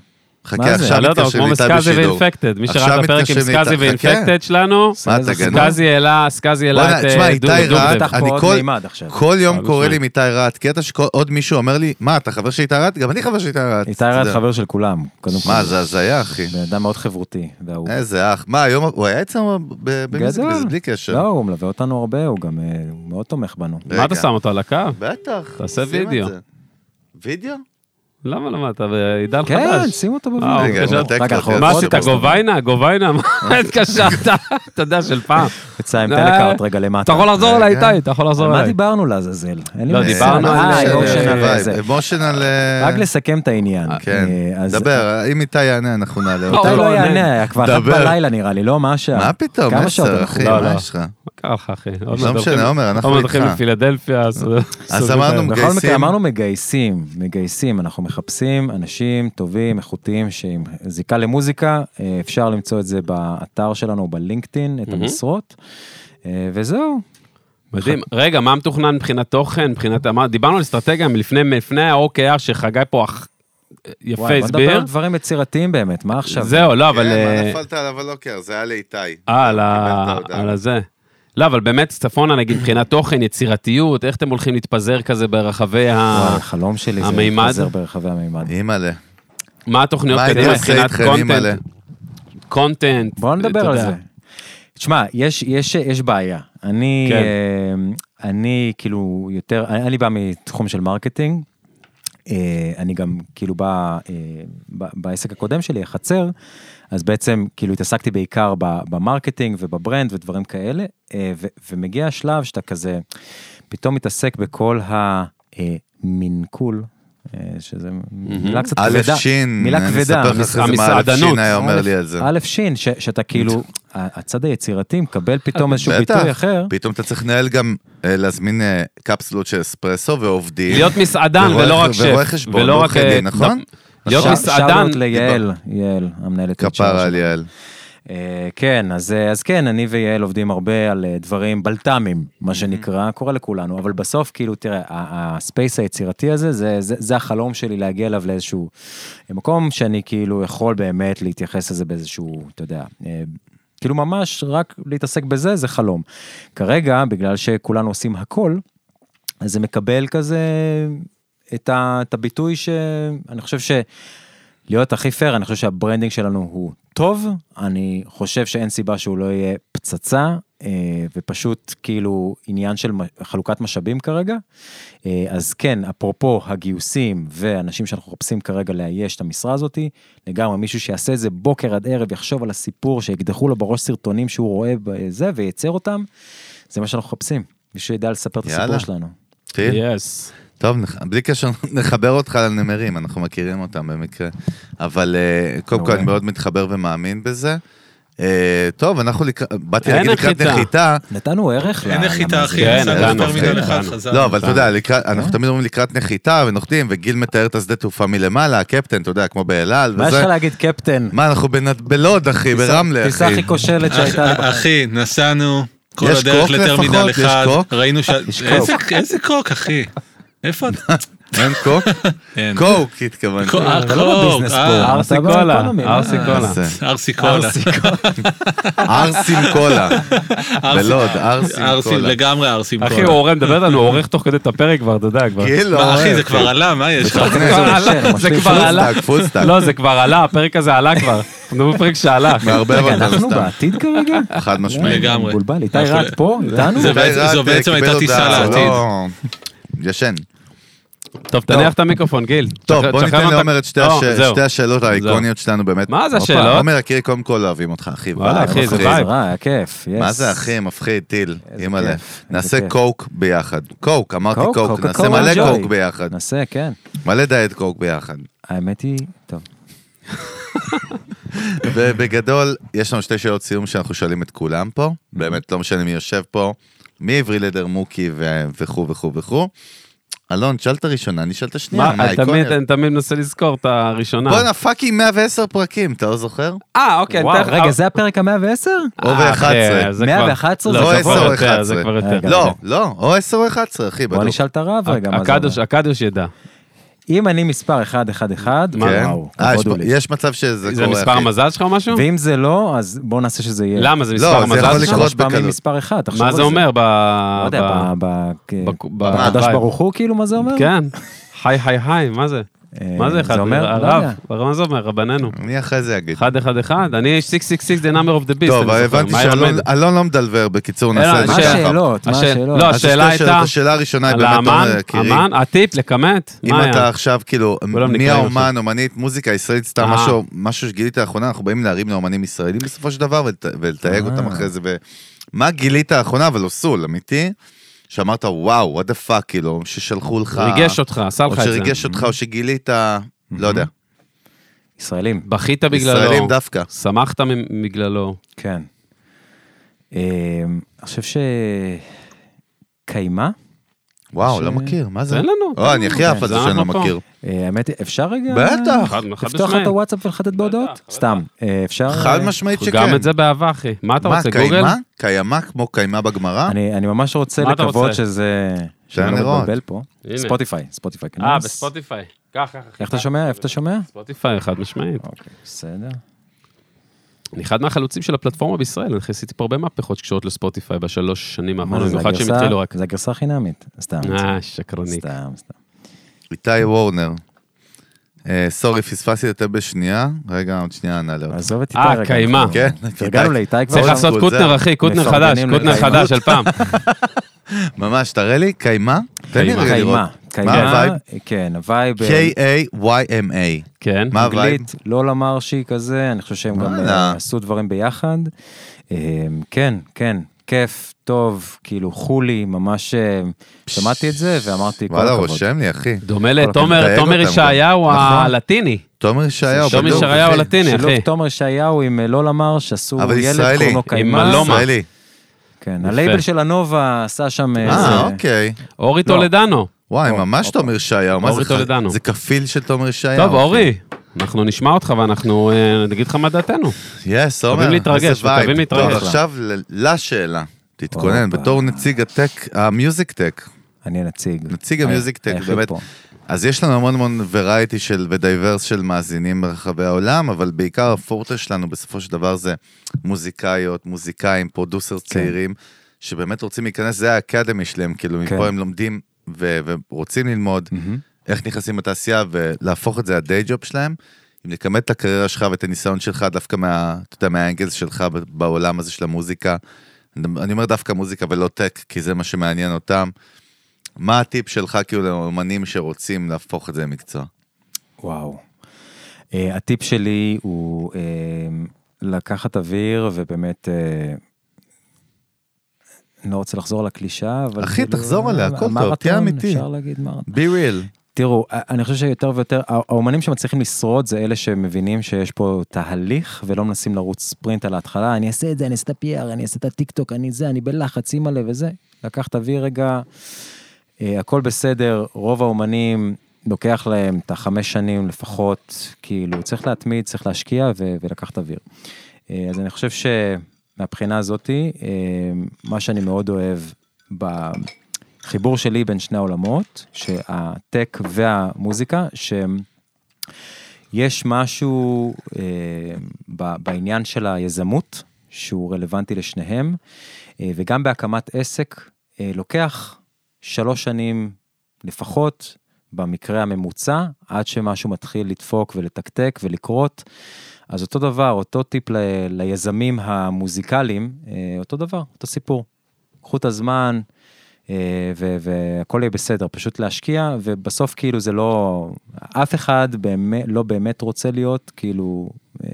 חכה, עכשיו מתקשרים לי איתי בשידור. מי שראה את הפרק עם סקאזי ואינפקטד שלנו, סקאזי העלה את דודובדב. כל יום קורא לי איתי רהט, קטע שעוד מישהו אומר לי, מה, אתה חבר של איתי רהט? גם אני חבר של איתי רהט. איתי רהט חבר של כולם. מה, זה היה, אחי. בן אדם מאוד חברותי. איזה אח. מה, היום הוא היה אצלנו במוזיקה, בלי קשר. לא, הוא מלווה אותנו הרבה, הוא גם מאוד תומך בנו. מה אתה שם אותו על הקו? בטח. תעשה וידאו. וידאו? למה, אתה בעידן חדש. כן, שים אותו בווידאו. מה עשית, גוביינה, מה התקשרת? אתה יודע, של פעם. יצא עם טלקארט רגע למטה. אתה יכול לחזור אליי, איתי, אתה יכול לחזור אליי. מה דיברנו לעזאזל? לא, דיברנו על אמושיונל. רק לסכם את העניין. כן, דבר, אם איתי יענה, אנחנו נעלה אותו. איתי לא יענה, כבר 1 בלילה נראה לי, לא, מה השעה? מה פתאום, 10, אחי, מה יש לך? מה קרה לך, אחי? לא משנה, עומר, אנחנו איתך. הולכים לפילדלפיה, אז אמרנו מגייסים. אמרנו מגייסים, אנחנו מחפשים אנשים טובים, איכותיים, שעם זיקה למוזיקה, אפשר למצוא את זה באתר שלנו, בלינקדאין, את המשרות, וזהו. מדהים. רגע, מה מתוכנן מבחינת תוכן, דיברנו על אסטרטגיה לפני ה-OKR שחגי פה יפה הסביר. בוא נדבר על דברים יצירתיים באמת, מה עכשיו? זהו, לא, אבל... כן, מה נפלת עליו על OKR? זה היה לאיתי. על זה. לא, אבל באמת, צפונה, נגיד, מבחינת תוכן, יצירתיות, איך אתם הולכים להתפזר כזה ברחבי המימד? החלום שלי זה להתפזר ברחבי המימד. אימא'לה. מה התוכניות קדימה מבחינת קונטנט? בואו נדבר על זה. תשמע, יש בעיה. אני כאילו יותר, אני בא מתחום של מרקטינג, אני גם כאילו בא בעסק הקודם שלי, החצר, אז בעצם כאילו התעסקתי בעיקר במרקטינג ובברנד ודברים כאלה, ומגיע השלב שאתה כזה, פתאום מתעסק בכל המנקול, שזה מילה קצת כבדה. א' שין, מילה כבדה. אני אספר לך אחרי זה מה א' שין היה אומר לי על זה. א' שין, שאתה כאילו, הצד היצירתי מקבל פתאום איזשהו ביטוי אחר. פתאום אתה צריך לנהל גם, להזמין קפסולות של אספרסו ועובדים. להיות מסעדן ולא רק שף. ורואה חשבון, ועורכי דין, נכון? להיות מסעדן. שאלות ליעל, המנהלת. כפרה על יעל. כן, אז כן, אני ויעל עובדים הרבה על דברים בלטמים, מה שנקרא, קורה לכולנו, אבל בסוף, כאילו, תראה, הספייס היצירתי הזה, זה החלום שלי להגיע אליו לאיזשהו מקום שאני כאילו יכול באמת להתייחס לזה באיזשהו, אתה יודע, כאילו ממש רק להתעסק בזה, זה חלום. כרגע, בגלל שכולנו עושים הכל, אז זה מקבל כזה את הביטוי שאני חושב להיות הכי פייר, אני חושב שהברנדינג שלנו הוא טוב, אני חושב שאין סיבה שהוא לא יהיה פצצה, ופשוט כאילו עניין של חלוקת משאבים כרגע, אז כן, אפרופו הגיוסים ואנשים שאנחנו חופשים כרגע לאייש את המשרה הזאת, לגמרי מישהו שיעשה את זה בוקר עד ערב, יחשוב על הסיפור, שיקדחו לו בראש סרטונים שהוא רואה בזה, וייצר אותם, זה מה שאנחנו חופשים, מישהו ידע לספר את הסיפור שלנו. יס. טוב, בלי קשר נחבר אותך לנמרים, אנחנו מכירים אותם במקרה, אבל קודם כל אני מאוד מתחבר ומאמין בזה. טוב, אנחנו באתי להגיד לקראת נחיתה. נתנו ערך? אין נחיתה, אחי, נתנו טרמינל אחד חזר. לא, אבל אתה יודע, אנחנו תמיד אומרים לקראת נחיתה ונוחתים, וגיל מתאר את השדה תעופה מלמעלה, הקפטן, אתה יודע, כמו באלעל וזה. מה יש לך להגיד קפטן? מה, אנחנו בלוד, אחי, ברמלה, אחי. טיסה הכי כושלת שהייתה. אחי, נסענו כל הדרך לטרמינל אחד, ראינו איזה קוק, אחי. איפה אתה? אין קוק? קוק, התכוונתי. קוק, ארסי קולה. ארסי קולה. ארסים קולה. בלוד, ארסים קולה. לגמרי ארסים קולה. אחי, הוא עורך, מדבר לנו, הוא עורך תוך כדי את הפרק כבר, אתה יודע, כבר. אחי, זה כבר עלה, מה יש? זה כבר עלה. לא, זה כבר עלה, הפרק הזה עלה כבר. אנחנו בפרק שעלה. אנחנו בעתיד כרגע? חד משמעי. לגמרי. בולבל, איתי רהט פה, איתנו? זו בעצם הייתה טיסה לעתיד. ישן. טוב, תניח את המיקרופון, גיל. טוב, בוא ניתן לעומר את שתי השאלות האיקוניות שלנו באמת. מה זה השאלות? עומר, הכירי, קודם כל אוהבים אותך, אחי. וואלה, אחי, זה וייב. היה כיף, מה זה, אחי, מפחיד, טיל, אימא'לה. נעשה קוק ביחד. קוק, אמרתי קוק, נעשה מלא קוק ביחד. נעשה, כן. מלא דיאט קוק ביחד. האמת היא, טוב. ובגדול, יש לנו שתי שאלות סיום שאנחנו שואלים את כולם פה. באמת, לא משנה מי יושב פה. מי עברי לדר מוקי וכו' וכו' וכו'. אלון, שאל את הראשונה, אני שאל את השנייה. אני תמיד מנסה לזכור את הראשונה. בוא נפאקינג 110 פרקים, אתה לא זוכר? אוקיי. רגע, זה הפרק ה-110? או ו-11. 111? או 10 או 11. זה כבר יותר. לא, או 10 או 11, אחי. בוא נשאל את הרב רגע. הקדוש ידע. אם אני מספר 111, וואו, כבוד הוא לי. יש מצב שזה קורה. זה מספר המזל שלך או משהו? ואם זה לא, אז בואו נעשה שזה יהיה. למה? זה מספר המזל שלך? זה יכול לקרות פעמים מספר 1. מה זה אומר? לא יודע, בקדוש ברוך הוא, כאילו, מה זה אומר? כן. היי, מה זה? מה זה אחד? הרב, מה זה אומר? רבננו. אני אחרי זה אגיד. 111, אני 666, the number of the beast. טוב, הבנתי שאלון לא מדלבר, בקיצור נעשה את זה ככה. מה השאלות? לא, השאלה הייתה, השאלה הראשונה היא באמת אמן, הטיפ, לכמת, אם אתה עכשיו, כאילו, מי האומן, אומנית, מוזיקה ישראלית, סתם משהו שגילית האחרונה, אנחנו באים להרים לאומנים ישראלים בסופו של דבר, ולתייג אותם אחרי זה, ומה גילית האחרונה, אבל אוסול, אמיתי? שאמרת, וואו, what the fuck, כאילו, ששלחו לך... ריגש אותך, עשה לך את זה. או שריגש אותך, או שגילית, לא יודע. ישראלים. בכית בגללו. ישראלים דווקא. שמחת בגללו. כן. אני חושב קיימה? וואו, לא מכיר, מה זה? אין לנו. אני הכי אף על זה שאני לא מכיר. האמת, אפשר רגע... בטח. לפתוח את הוואטסאפ ולחטט בהודעות? סתם, אפשר... חד משמעית שכן. גם את זה באהבה, אחי. מה אתה רוצה, גוגל? מה, קיימה? כמו קיימה בגמרא? אני ממש רוצה לקוות שזה... שאני לא מתבלבל פה. ספוטיפיי. בספוטיפיי. ככה. איך אתה שומע? איפה אתה שומע? ספוטיפיי, חד משמעית. אוקיי, בסדר. אני אחד מהחלוצים של הפלטפורמה בישראל, אני עשיתי פה הרבה מהפכות שקשורות לספוטיפיי בשלוש שנים האחרונות, במיוחד שהם התחילו רק. זה הגרסה חינמית, סתם. שקרניק. סתם. איתי וורנר. סורי, פספסתי את בשנייה. רגע, עוד שנייה נעלה אותך. עזוב את איתי רגע. קיימה. כן. פרגנו לאיתי כבר. צריך לעשות קוטנר, אחי, קוטנר חדש של פעם. ממש, תראה לי, קיימה? תן לי רגע לראות. קיימה. מה הווייב? כן, הווייב. K-A-Y-M-A. כן. מה הווייב? אנגלית, לא למרשי כזה, אני חושב שהם גם עשו דברים ביחד. כן, כן. כיף, טוב, כאילו חולי, ממש שמעתי את זה ואמרתי כל הכבוד. וואלה, רושם לי, אחי. דומה לתומר ישעיהו הלטיני. תומר ישעיהו. תומר ישעיהו הלטיני, אחי. שילוב תומר ישעיהו עם לא למר, שעשו ילד קורנו קיימה. עם מלומה. כן, הלייבל של הנובה עשה שם... אוקיי. אורי טולדנו. וואי, ממש תומר ישעיהו. אורי טולדנו. זה כפיל של תומר ישעיהו. טוב, אורי, אנחנו נשמע אותך ואנחנו נגיד לך מה דעתנו. יס, עומר. חייבים להתרגש, חייבים להתרגש. עכשיו לשאלה. תתכונן, בתור נציג הטק, המיוזיק טק. אני נציג המיוזיק טק, באמת. אז יש לנו המון המון וריאטי ודייברס של מאזינים ברחבי העולם, אבל בעיקר הפורטה שלנו בסופו של דבר זה מוזיקאיות, מוזיקאים, פרודוסר צעירים, שבאמת רוצים להיכנס, זה האקדמי שלהם, כאילו מפה הם לומדים ורוצים ללמוד איך נכנסים לתעשייה ולהפוך את זה הדיי ג'וב שלהם, אם לקמת את הקריירה שלך ואת הניסיון שלך דווקא מהאנגלס שלך בעולם הזה של המוזיקה, אני אומר דווקא מוזיקה ולא טק, כי זה מה שמעניין אותם. מה הטיפ שלך כאילו לאמנים שרוצים להפוך את זה למקצוע? וואו. הטיפ שלי הוא לקחת אוויר ובאמת, אני לא רוצה לחזור על הקלישה, אבל... אחי, תחזור עליה, הכל טוב, תהיה אמיתי. אפשר להגיד מרתון. Be real. תראו, אני חושב שיותר ויותר, האומנים שמצליחים לשרוד זה אלה שמבינים שיש פה תהליך, ולא מנסים לרוץ ספרינט על ההתחלה, אני אעשה את זה, אני אעשה את ה-PR, אני אעשה את הטיק-טוק, אני בלחץ, אימא לב וזה. לקחת אוויר רגע, הכל בסדר, רוב האומנים לוקח להם את 5 שנים לפחות, כאילו צריך להתמיד, צריך להשקיע ולקחת אוויר. אז אני חושב שמהבחינה הזאת, מה שאני מאוד אוהב בחיבור שלי בין שני העולמות, שהטק והמוזיקה, שיש משהו בעניין של היזמות, שהוא רלוונטי לשניהם, וגם בהקמת עסק, לוקח 3 שנים לפחות, במקרה הממוצע, עד שמשהו מתחיל לדפוק ולתקתק ולקרות, אז אותו דבר, אותו טיפ ליזמים המוזיקליים, אותו דבר, אותו סיפור. קחו את הזמן, והכל יהיה בסדר, פשוט להשקיע, ובסוף כאילו זה לא, אף אחד לא באמת רוצה להיות, כאילו,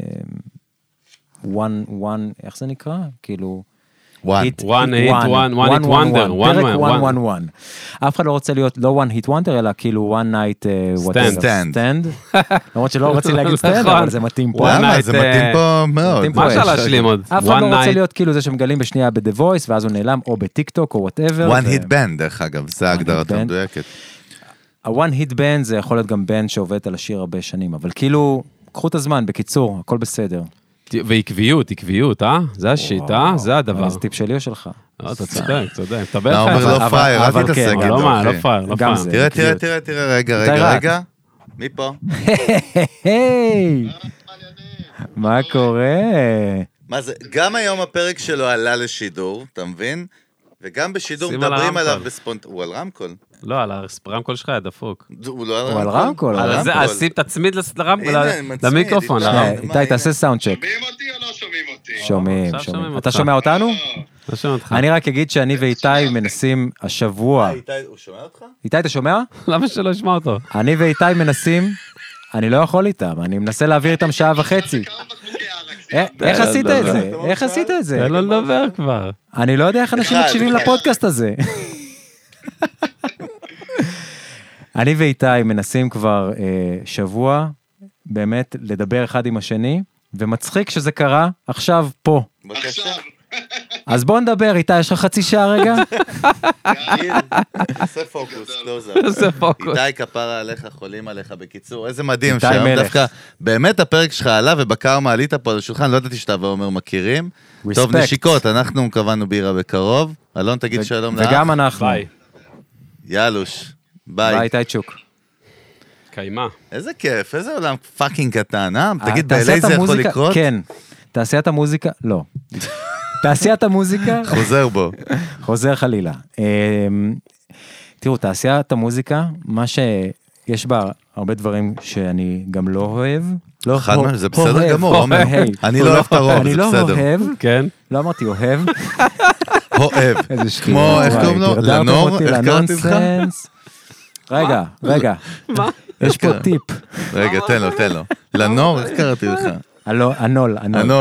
איך זה נקרא? כאילו, one hit wonder. אף אחד לא רוצה להיות לא one hit wonder, אלא כאילו one night stand. למרות שלא רוצים להגיד stand, אבל זה מתאים פה. זה מתאים פה מאוד. מה אפשר להשלים עוד? אף אחד לא רוצה להיות כאילו זה שמגלים בשנייה ב-The Voice, ואז הוא נעלם או בטיק-טוק או whatever. one hit band, דרך אגב, זה ההגדרה המדויקת. ה-one hit band זה יכול להיות גם band שעובד על השיר הרבה שנים, אבל כאילו, קחו את הזמן, בקיצור, הכל בסדר. ועקביות, זה השיט, זה הדבר. זה טיפ שלי או שלך? אתה צודק. לא פרייר, אל תתעסק. לא פרייר. תראה, רגע. מי פה? היי! מה קורה? מה זה, גם היום הפרק שלו עלה לשידור, אתה מבין? וגם בשידור מדברים עליו הוא על רמקול. לא, על הרמקול שלך היה דפוק. הוא לא הוא על רמקול. אז תצמיד למיקרופון. איתי, תעשה סאונד צ'ק. שומעים אותי או לא שומעים אותי? שומעים. אתה שומע אותנו? אני רק אגיד שאני ואיתי מנסים השבוע. איתי, הוא שומע אותך? איתי, אתה שומע? למה שלא ישמע אותו? אני ואיתי מנסים, אני לא יכול איתם, אני מנסה להעביר איתם שעה וחצי. איך עשית את זה? איך עשית את זה? תן לו לדבר כבר. אני לא יודע איך אנשים מקשיבים לפודקאסט הזה. אני ואיתי מנסים כבר שבוע באמת לדבר אחד עם השני, ומצחיק שזה קרה עכשיו פה. אז בוא נדבר, איתי, יש לך חצי שעה רגע? עושה פוקוס, איתי כפרה עליך, חולים עליך, בקיצור, איזה מדהים שהיום דווקא, באמת הפרק שלך עלה ובקר מעלית פה על השולחן, לא ידעתי שאתה ואומר מכירים. טוב, נשיקות, אנחנו קבענו בירה בקרוב, אלון תגיד שלום לאח. וגם אנחנו. ביי. יאלוש, ביי. ביי, איתי צ'וק. קיימה. איזה כיף, איזה עולם פאקינג קטן, תגיד, באלי זה יכול לקרות? כן, תעשיית המוזיקה, לא. תעשיית המוזיקה... חוזר בו. חוזר חלילה. תראו, תעשיית המוזיקה, מה שיש בה הרבה דברים שאני גם לא אוהב. זה בסדר גמור, אני לא אוהב את הרוב, זה בסדר. אני לא אוהב, כן. לא אמרתי אוהב. אוהב. כמו, איך קוראים לו? לנור? איך קראתי לך? רגע. מה? יש פה טיפ. רגע, תן לו. לנור, איך קראתי לך? אנול.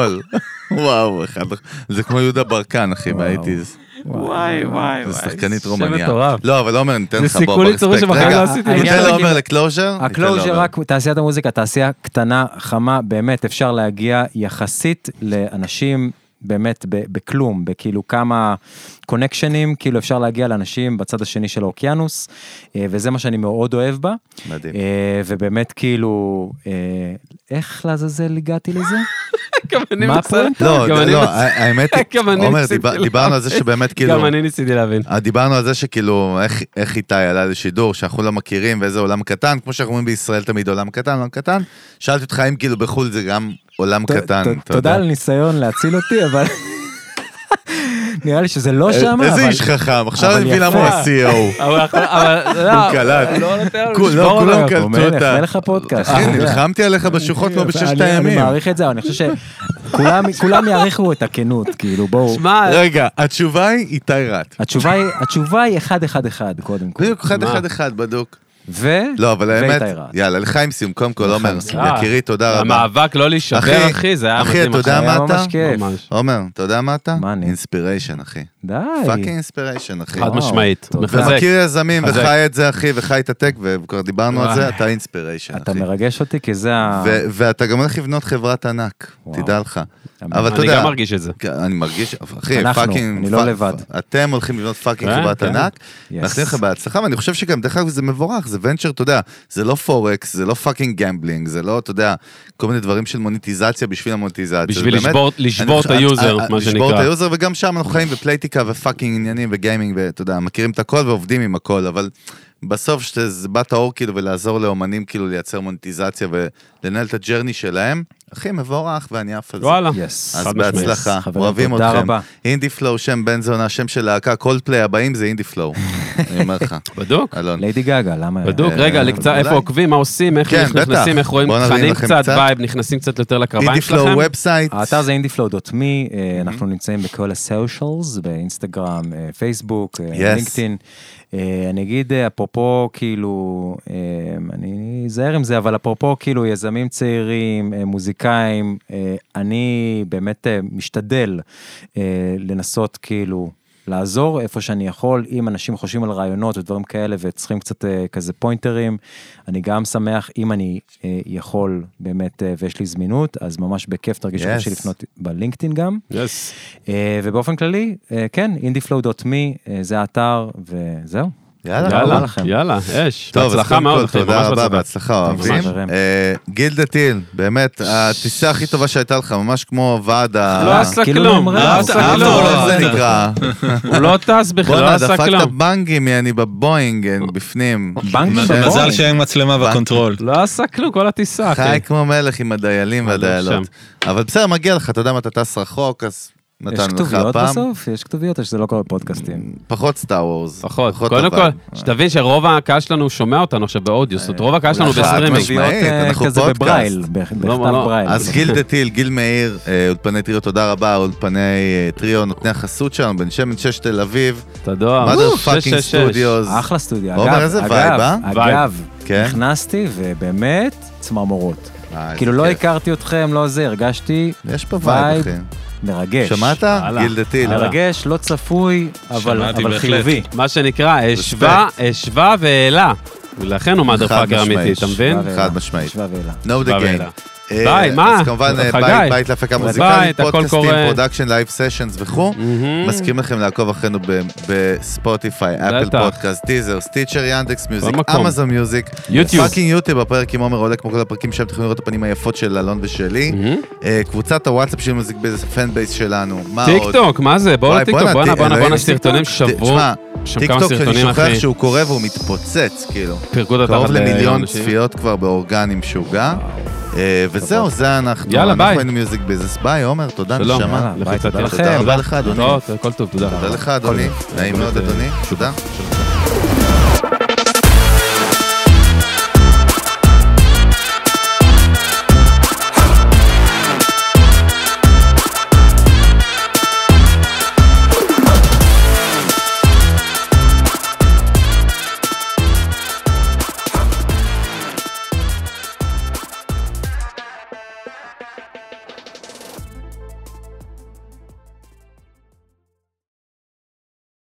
וואו, זה כמו יהודה ברקן, אחי, באייטיז. וואי. זה שחקנית רומניה. שם מטורף. לא, אבל עומר, ניתן לך זה סיכול יצורי שבחיים לא עשיתי. ניתן לעומר לקלוז'ר. הקלוז'ר רק תעשיית המוזיקה, תעשייה קטנה, חמה, באמת אפשר להגיע יחסית לאנשים באמת בכלום, בכאילו כמה קונקשנים, כאילו אפשר להגיע לאנשים בצד השני של האוקיינוס, וזה מה שאני מאוד אוהב בה. מדהים. ובאמת כאילו, איך לעזאזל הגעתי לזה? מה הפואנטה? לא, האמת היא, עומר, דיברנו על זה שבאמת כאילו... גם אני ניסיתי להבין. דיברנו על זה שכאילו, איך איתי עלה לשידור, שאנחנו לא מכירים, ואיזה עולם קטן, כמו שאנחנו אומרים בישראל תמיד עולם קטן, שאלתי אותך אם כאילו בחול זה גם עולם קטן. תודה על ניסיון להציל אותי, אבל... נראה לי שזה לא שם, איזה איש חכם, עכשיו אני מבין למה הוא ה-CEO. הוא קלט. כולם קלטו אותה. מלך הפודקאסט. אחי, נלחמתי עליך בשוחות כמו בששת הימים. אני מעריך את זה, אני חושב שכולם יעריכו את הכנות, כאילו בואו. רגע, התשובה היא איתי רט. התשובה היא 1-1-1, קודם כל. בדיוק, 1-1-1 בדוק. לא, אבל האמת, יאללה, לחיים סיום, קודם כל, עומר, יקירי, תודה רבה. המאבק לא להישבר, אחי, זה היה מדהים. אחי, אתה יודע מה אתה? עומר, אתה יודע מה אתה? מה אני? אינספיריישן, אחי. די. פאקינג אינספיריישן, אחי. חד משמעית. ומכיר יזמים וחי את זה, אחי, וחי את הטק, וכבר דיברנו על זה, אתה אינספיריישן, אחי. אתה מרגש אותי, כי זה ואתה גם הולך לבנות חברת ענק, תדע לך. אבל אתה אני יודע... גם מרגיש את זה. אני מרגיש, אחי, פאקינג... אני לא לבד. אתם הולכים לבנות פאקינג חברת ענק, מאחלים לך בהצלחה, ואני חושב שגם, דרך אגב, זה מבורך, זה ונצ'ר, אתה יודע, זה לא פורקס, זה לא פאקינג גמבלינג, זה לא, אתה יודע, כל מיני דברים של מוניטיזציה בשביל המוניטיזציה. בשביל לשבור את היוזר, מה שנקרא. לשבור את היוזר, וגם שם אנחנו חיים בפלייטיקה ופאקינג עניינים וגיימינג, ואתה יודע, מכירים את הכל ועובדים עם הכל, אבל בסוף שזה באת האור כאילו ולעזור לאומנים כאילו לייצר מוניטיזציה ולנהל את הג'רני שלהם, הכי מבורך ואני אף על זה. וואלה. אז בהצלחה, אוהבים אתכם. אינדי פלואו, שם בן זונה, שם של להקה, קולדפליי הבאים זה אינדי פלואו. אני אומר לך. בדוק. ליידי גגה, למה? בדוק, רגע, איפה עוקבים, מה עושים, איך נכנסים, איך רואים תכנים קצת, וייב, נכנסים קצת יותר לקרביים שלכם. אינדי פלואו ובסייט. האתר זה indiflow.me, אנחנו נמצאים בכל הסושיאלס, באינסטגרם, פייסבוק, לינקדאין. אני אגיד, אפרופו, כאילו, אני זהר עם זה, אבל אפרופו, כאילו, יזמים צעירים, מוזיקאים, אני באמת משתדל לנסות, כאילו, לעזור איפה שאני יכול, אם אנשים חושבים על רעיונות ודברים כאלה, וצריכים קצת כזה פוינטרים, אני גם שמח, אם אני יכול באמת, ויש לי זמינות, אז ממש בכיף תרגיש חופשי לפנות בלינקדאין גם. ובאופן כללי, כן, indiflow.me, זה האתר, וזהו. יאללה, יאללה, אש. טוב, בהצלחה מאוד, אחי, תודה רבה, בהצלחה, אוהבים. גיל דתיל, באמת, הטיסה הכי טובה שהייתה לך, ממש כמו ועד לא עשה כלום, לא עשה כלום. זה נקרא. הוא לא טס בכלל, לא עשה כלום. דפקת בנגים, אני בבוינג, בפנים. מזל שאין מצלמה בקונטרול. לא עשה כלום, כל הטיסה, אחי. חי כמו מלך עם הדיילים והדיילות. אבל בסדר, מגיע לך, אתה יודע מה, אתה טס רחוק, אז... יש כתוביות בסוף? יש כתוביות או שזה לא קורה בפודקאסטים? פחות סטאר וורס. פחות. קודם כל, שתבין שרוב הקהל שלנו שומע אותנו עכשיו באודיו, זאת אומרת, רוב הקהל שלנו בסטרימינג. אנחנו כזה בברייל, בכתב ברייל. אז גיל דתיל, גיל מאיר, אולפני טריו, תודה רבה, אולפני טריו, נותני החסות שלנו, בן שמן 6 תל אביב. תודה. mother fucking studios. אחלה סטודיו. עומר, איזה וייב, אה? אגב, נכנסתי ובאמת צמרמורות. כאילו לא הכרתי אתכם, לא זה, הרגשתי יש פה וייב, אחי. מרגש. שמעת? גיל דתיל. מרגש, לא צפוי, אבל חיובי. מה שנקרא, השווה והעלה. ולכן הוא מודרפאקר אמיתי, אתה מבין? חד משמעית. השווה והעלה. know the game. ביי, מה? אז כמובן, בית להפקה מוזיקלית, פודקאסטים, פרודקשן, לייב סשנס וכו'. מזכירים לכם לעקוב אחרינו בספוטיפיי, אפל פודקאסט, טיזר, סטיצ'ר, ינדקס מיוזיק, אמזון מיוזיק, פאקינג יוטיוב, הפרק עם עומר עולה כמו כל הפרקים שם, תוכלו לראות את הפנים היפות של אלון ושלי. קבוצת הוואטסאפ של מוזיק ביזנס, הפן בייס שלנו. טיק טוק, מה זה? בואו לטיק טוק, בואו סרטונים שברו. טיק טוק שאני שוכח שהוא קורא והוא מתפוצץ, כאילו. קרוב ל1,000,000 צפיות כבר באורגנים שוגע. וזהו, זה אנחנו. יאללה, ביי. אנחנו היינו מיוזיק ביזנס. ביי, עומר, תודה, נשמה. ביי, תודה לכם. תודה רבה לך, אדוני. הכל טוב, תודה. תודה לך, אדוני. נעים מאוד, אדוני. תודה.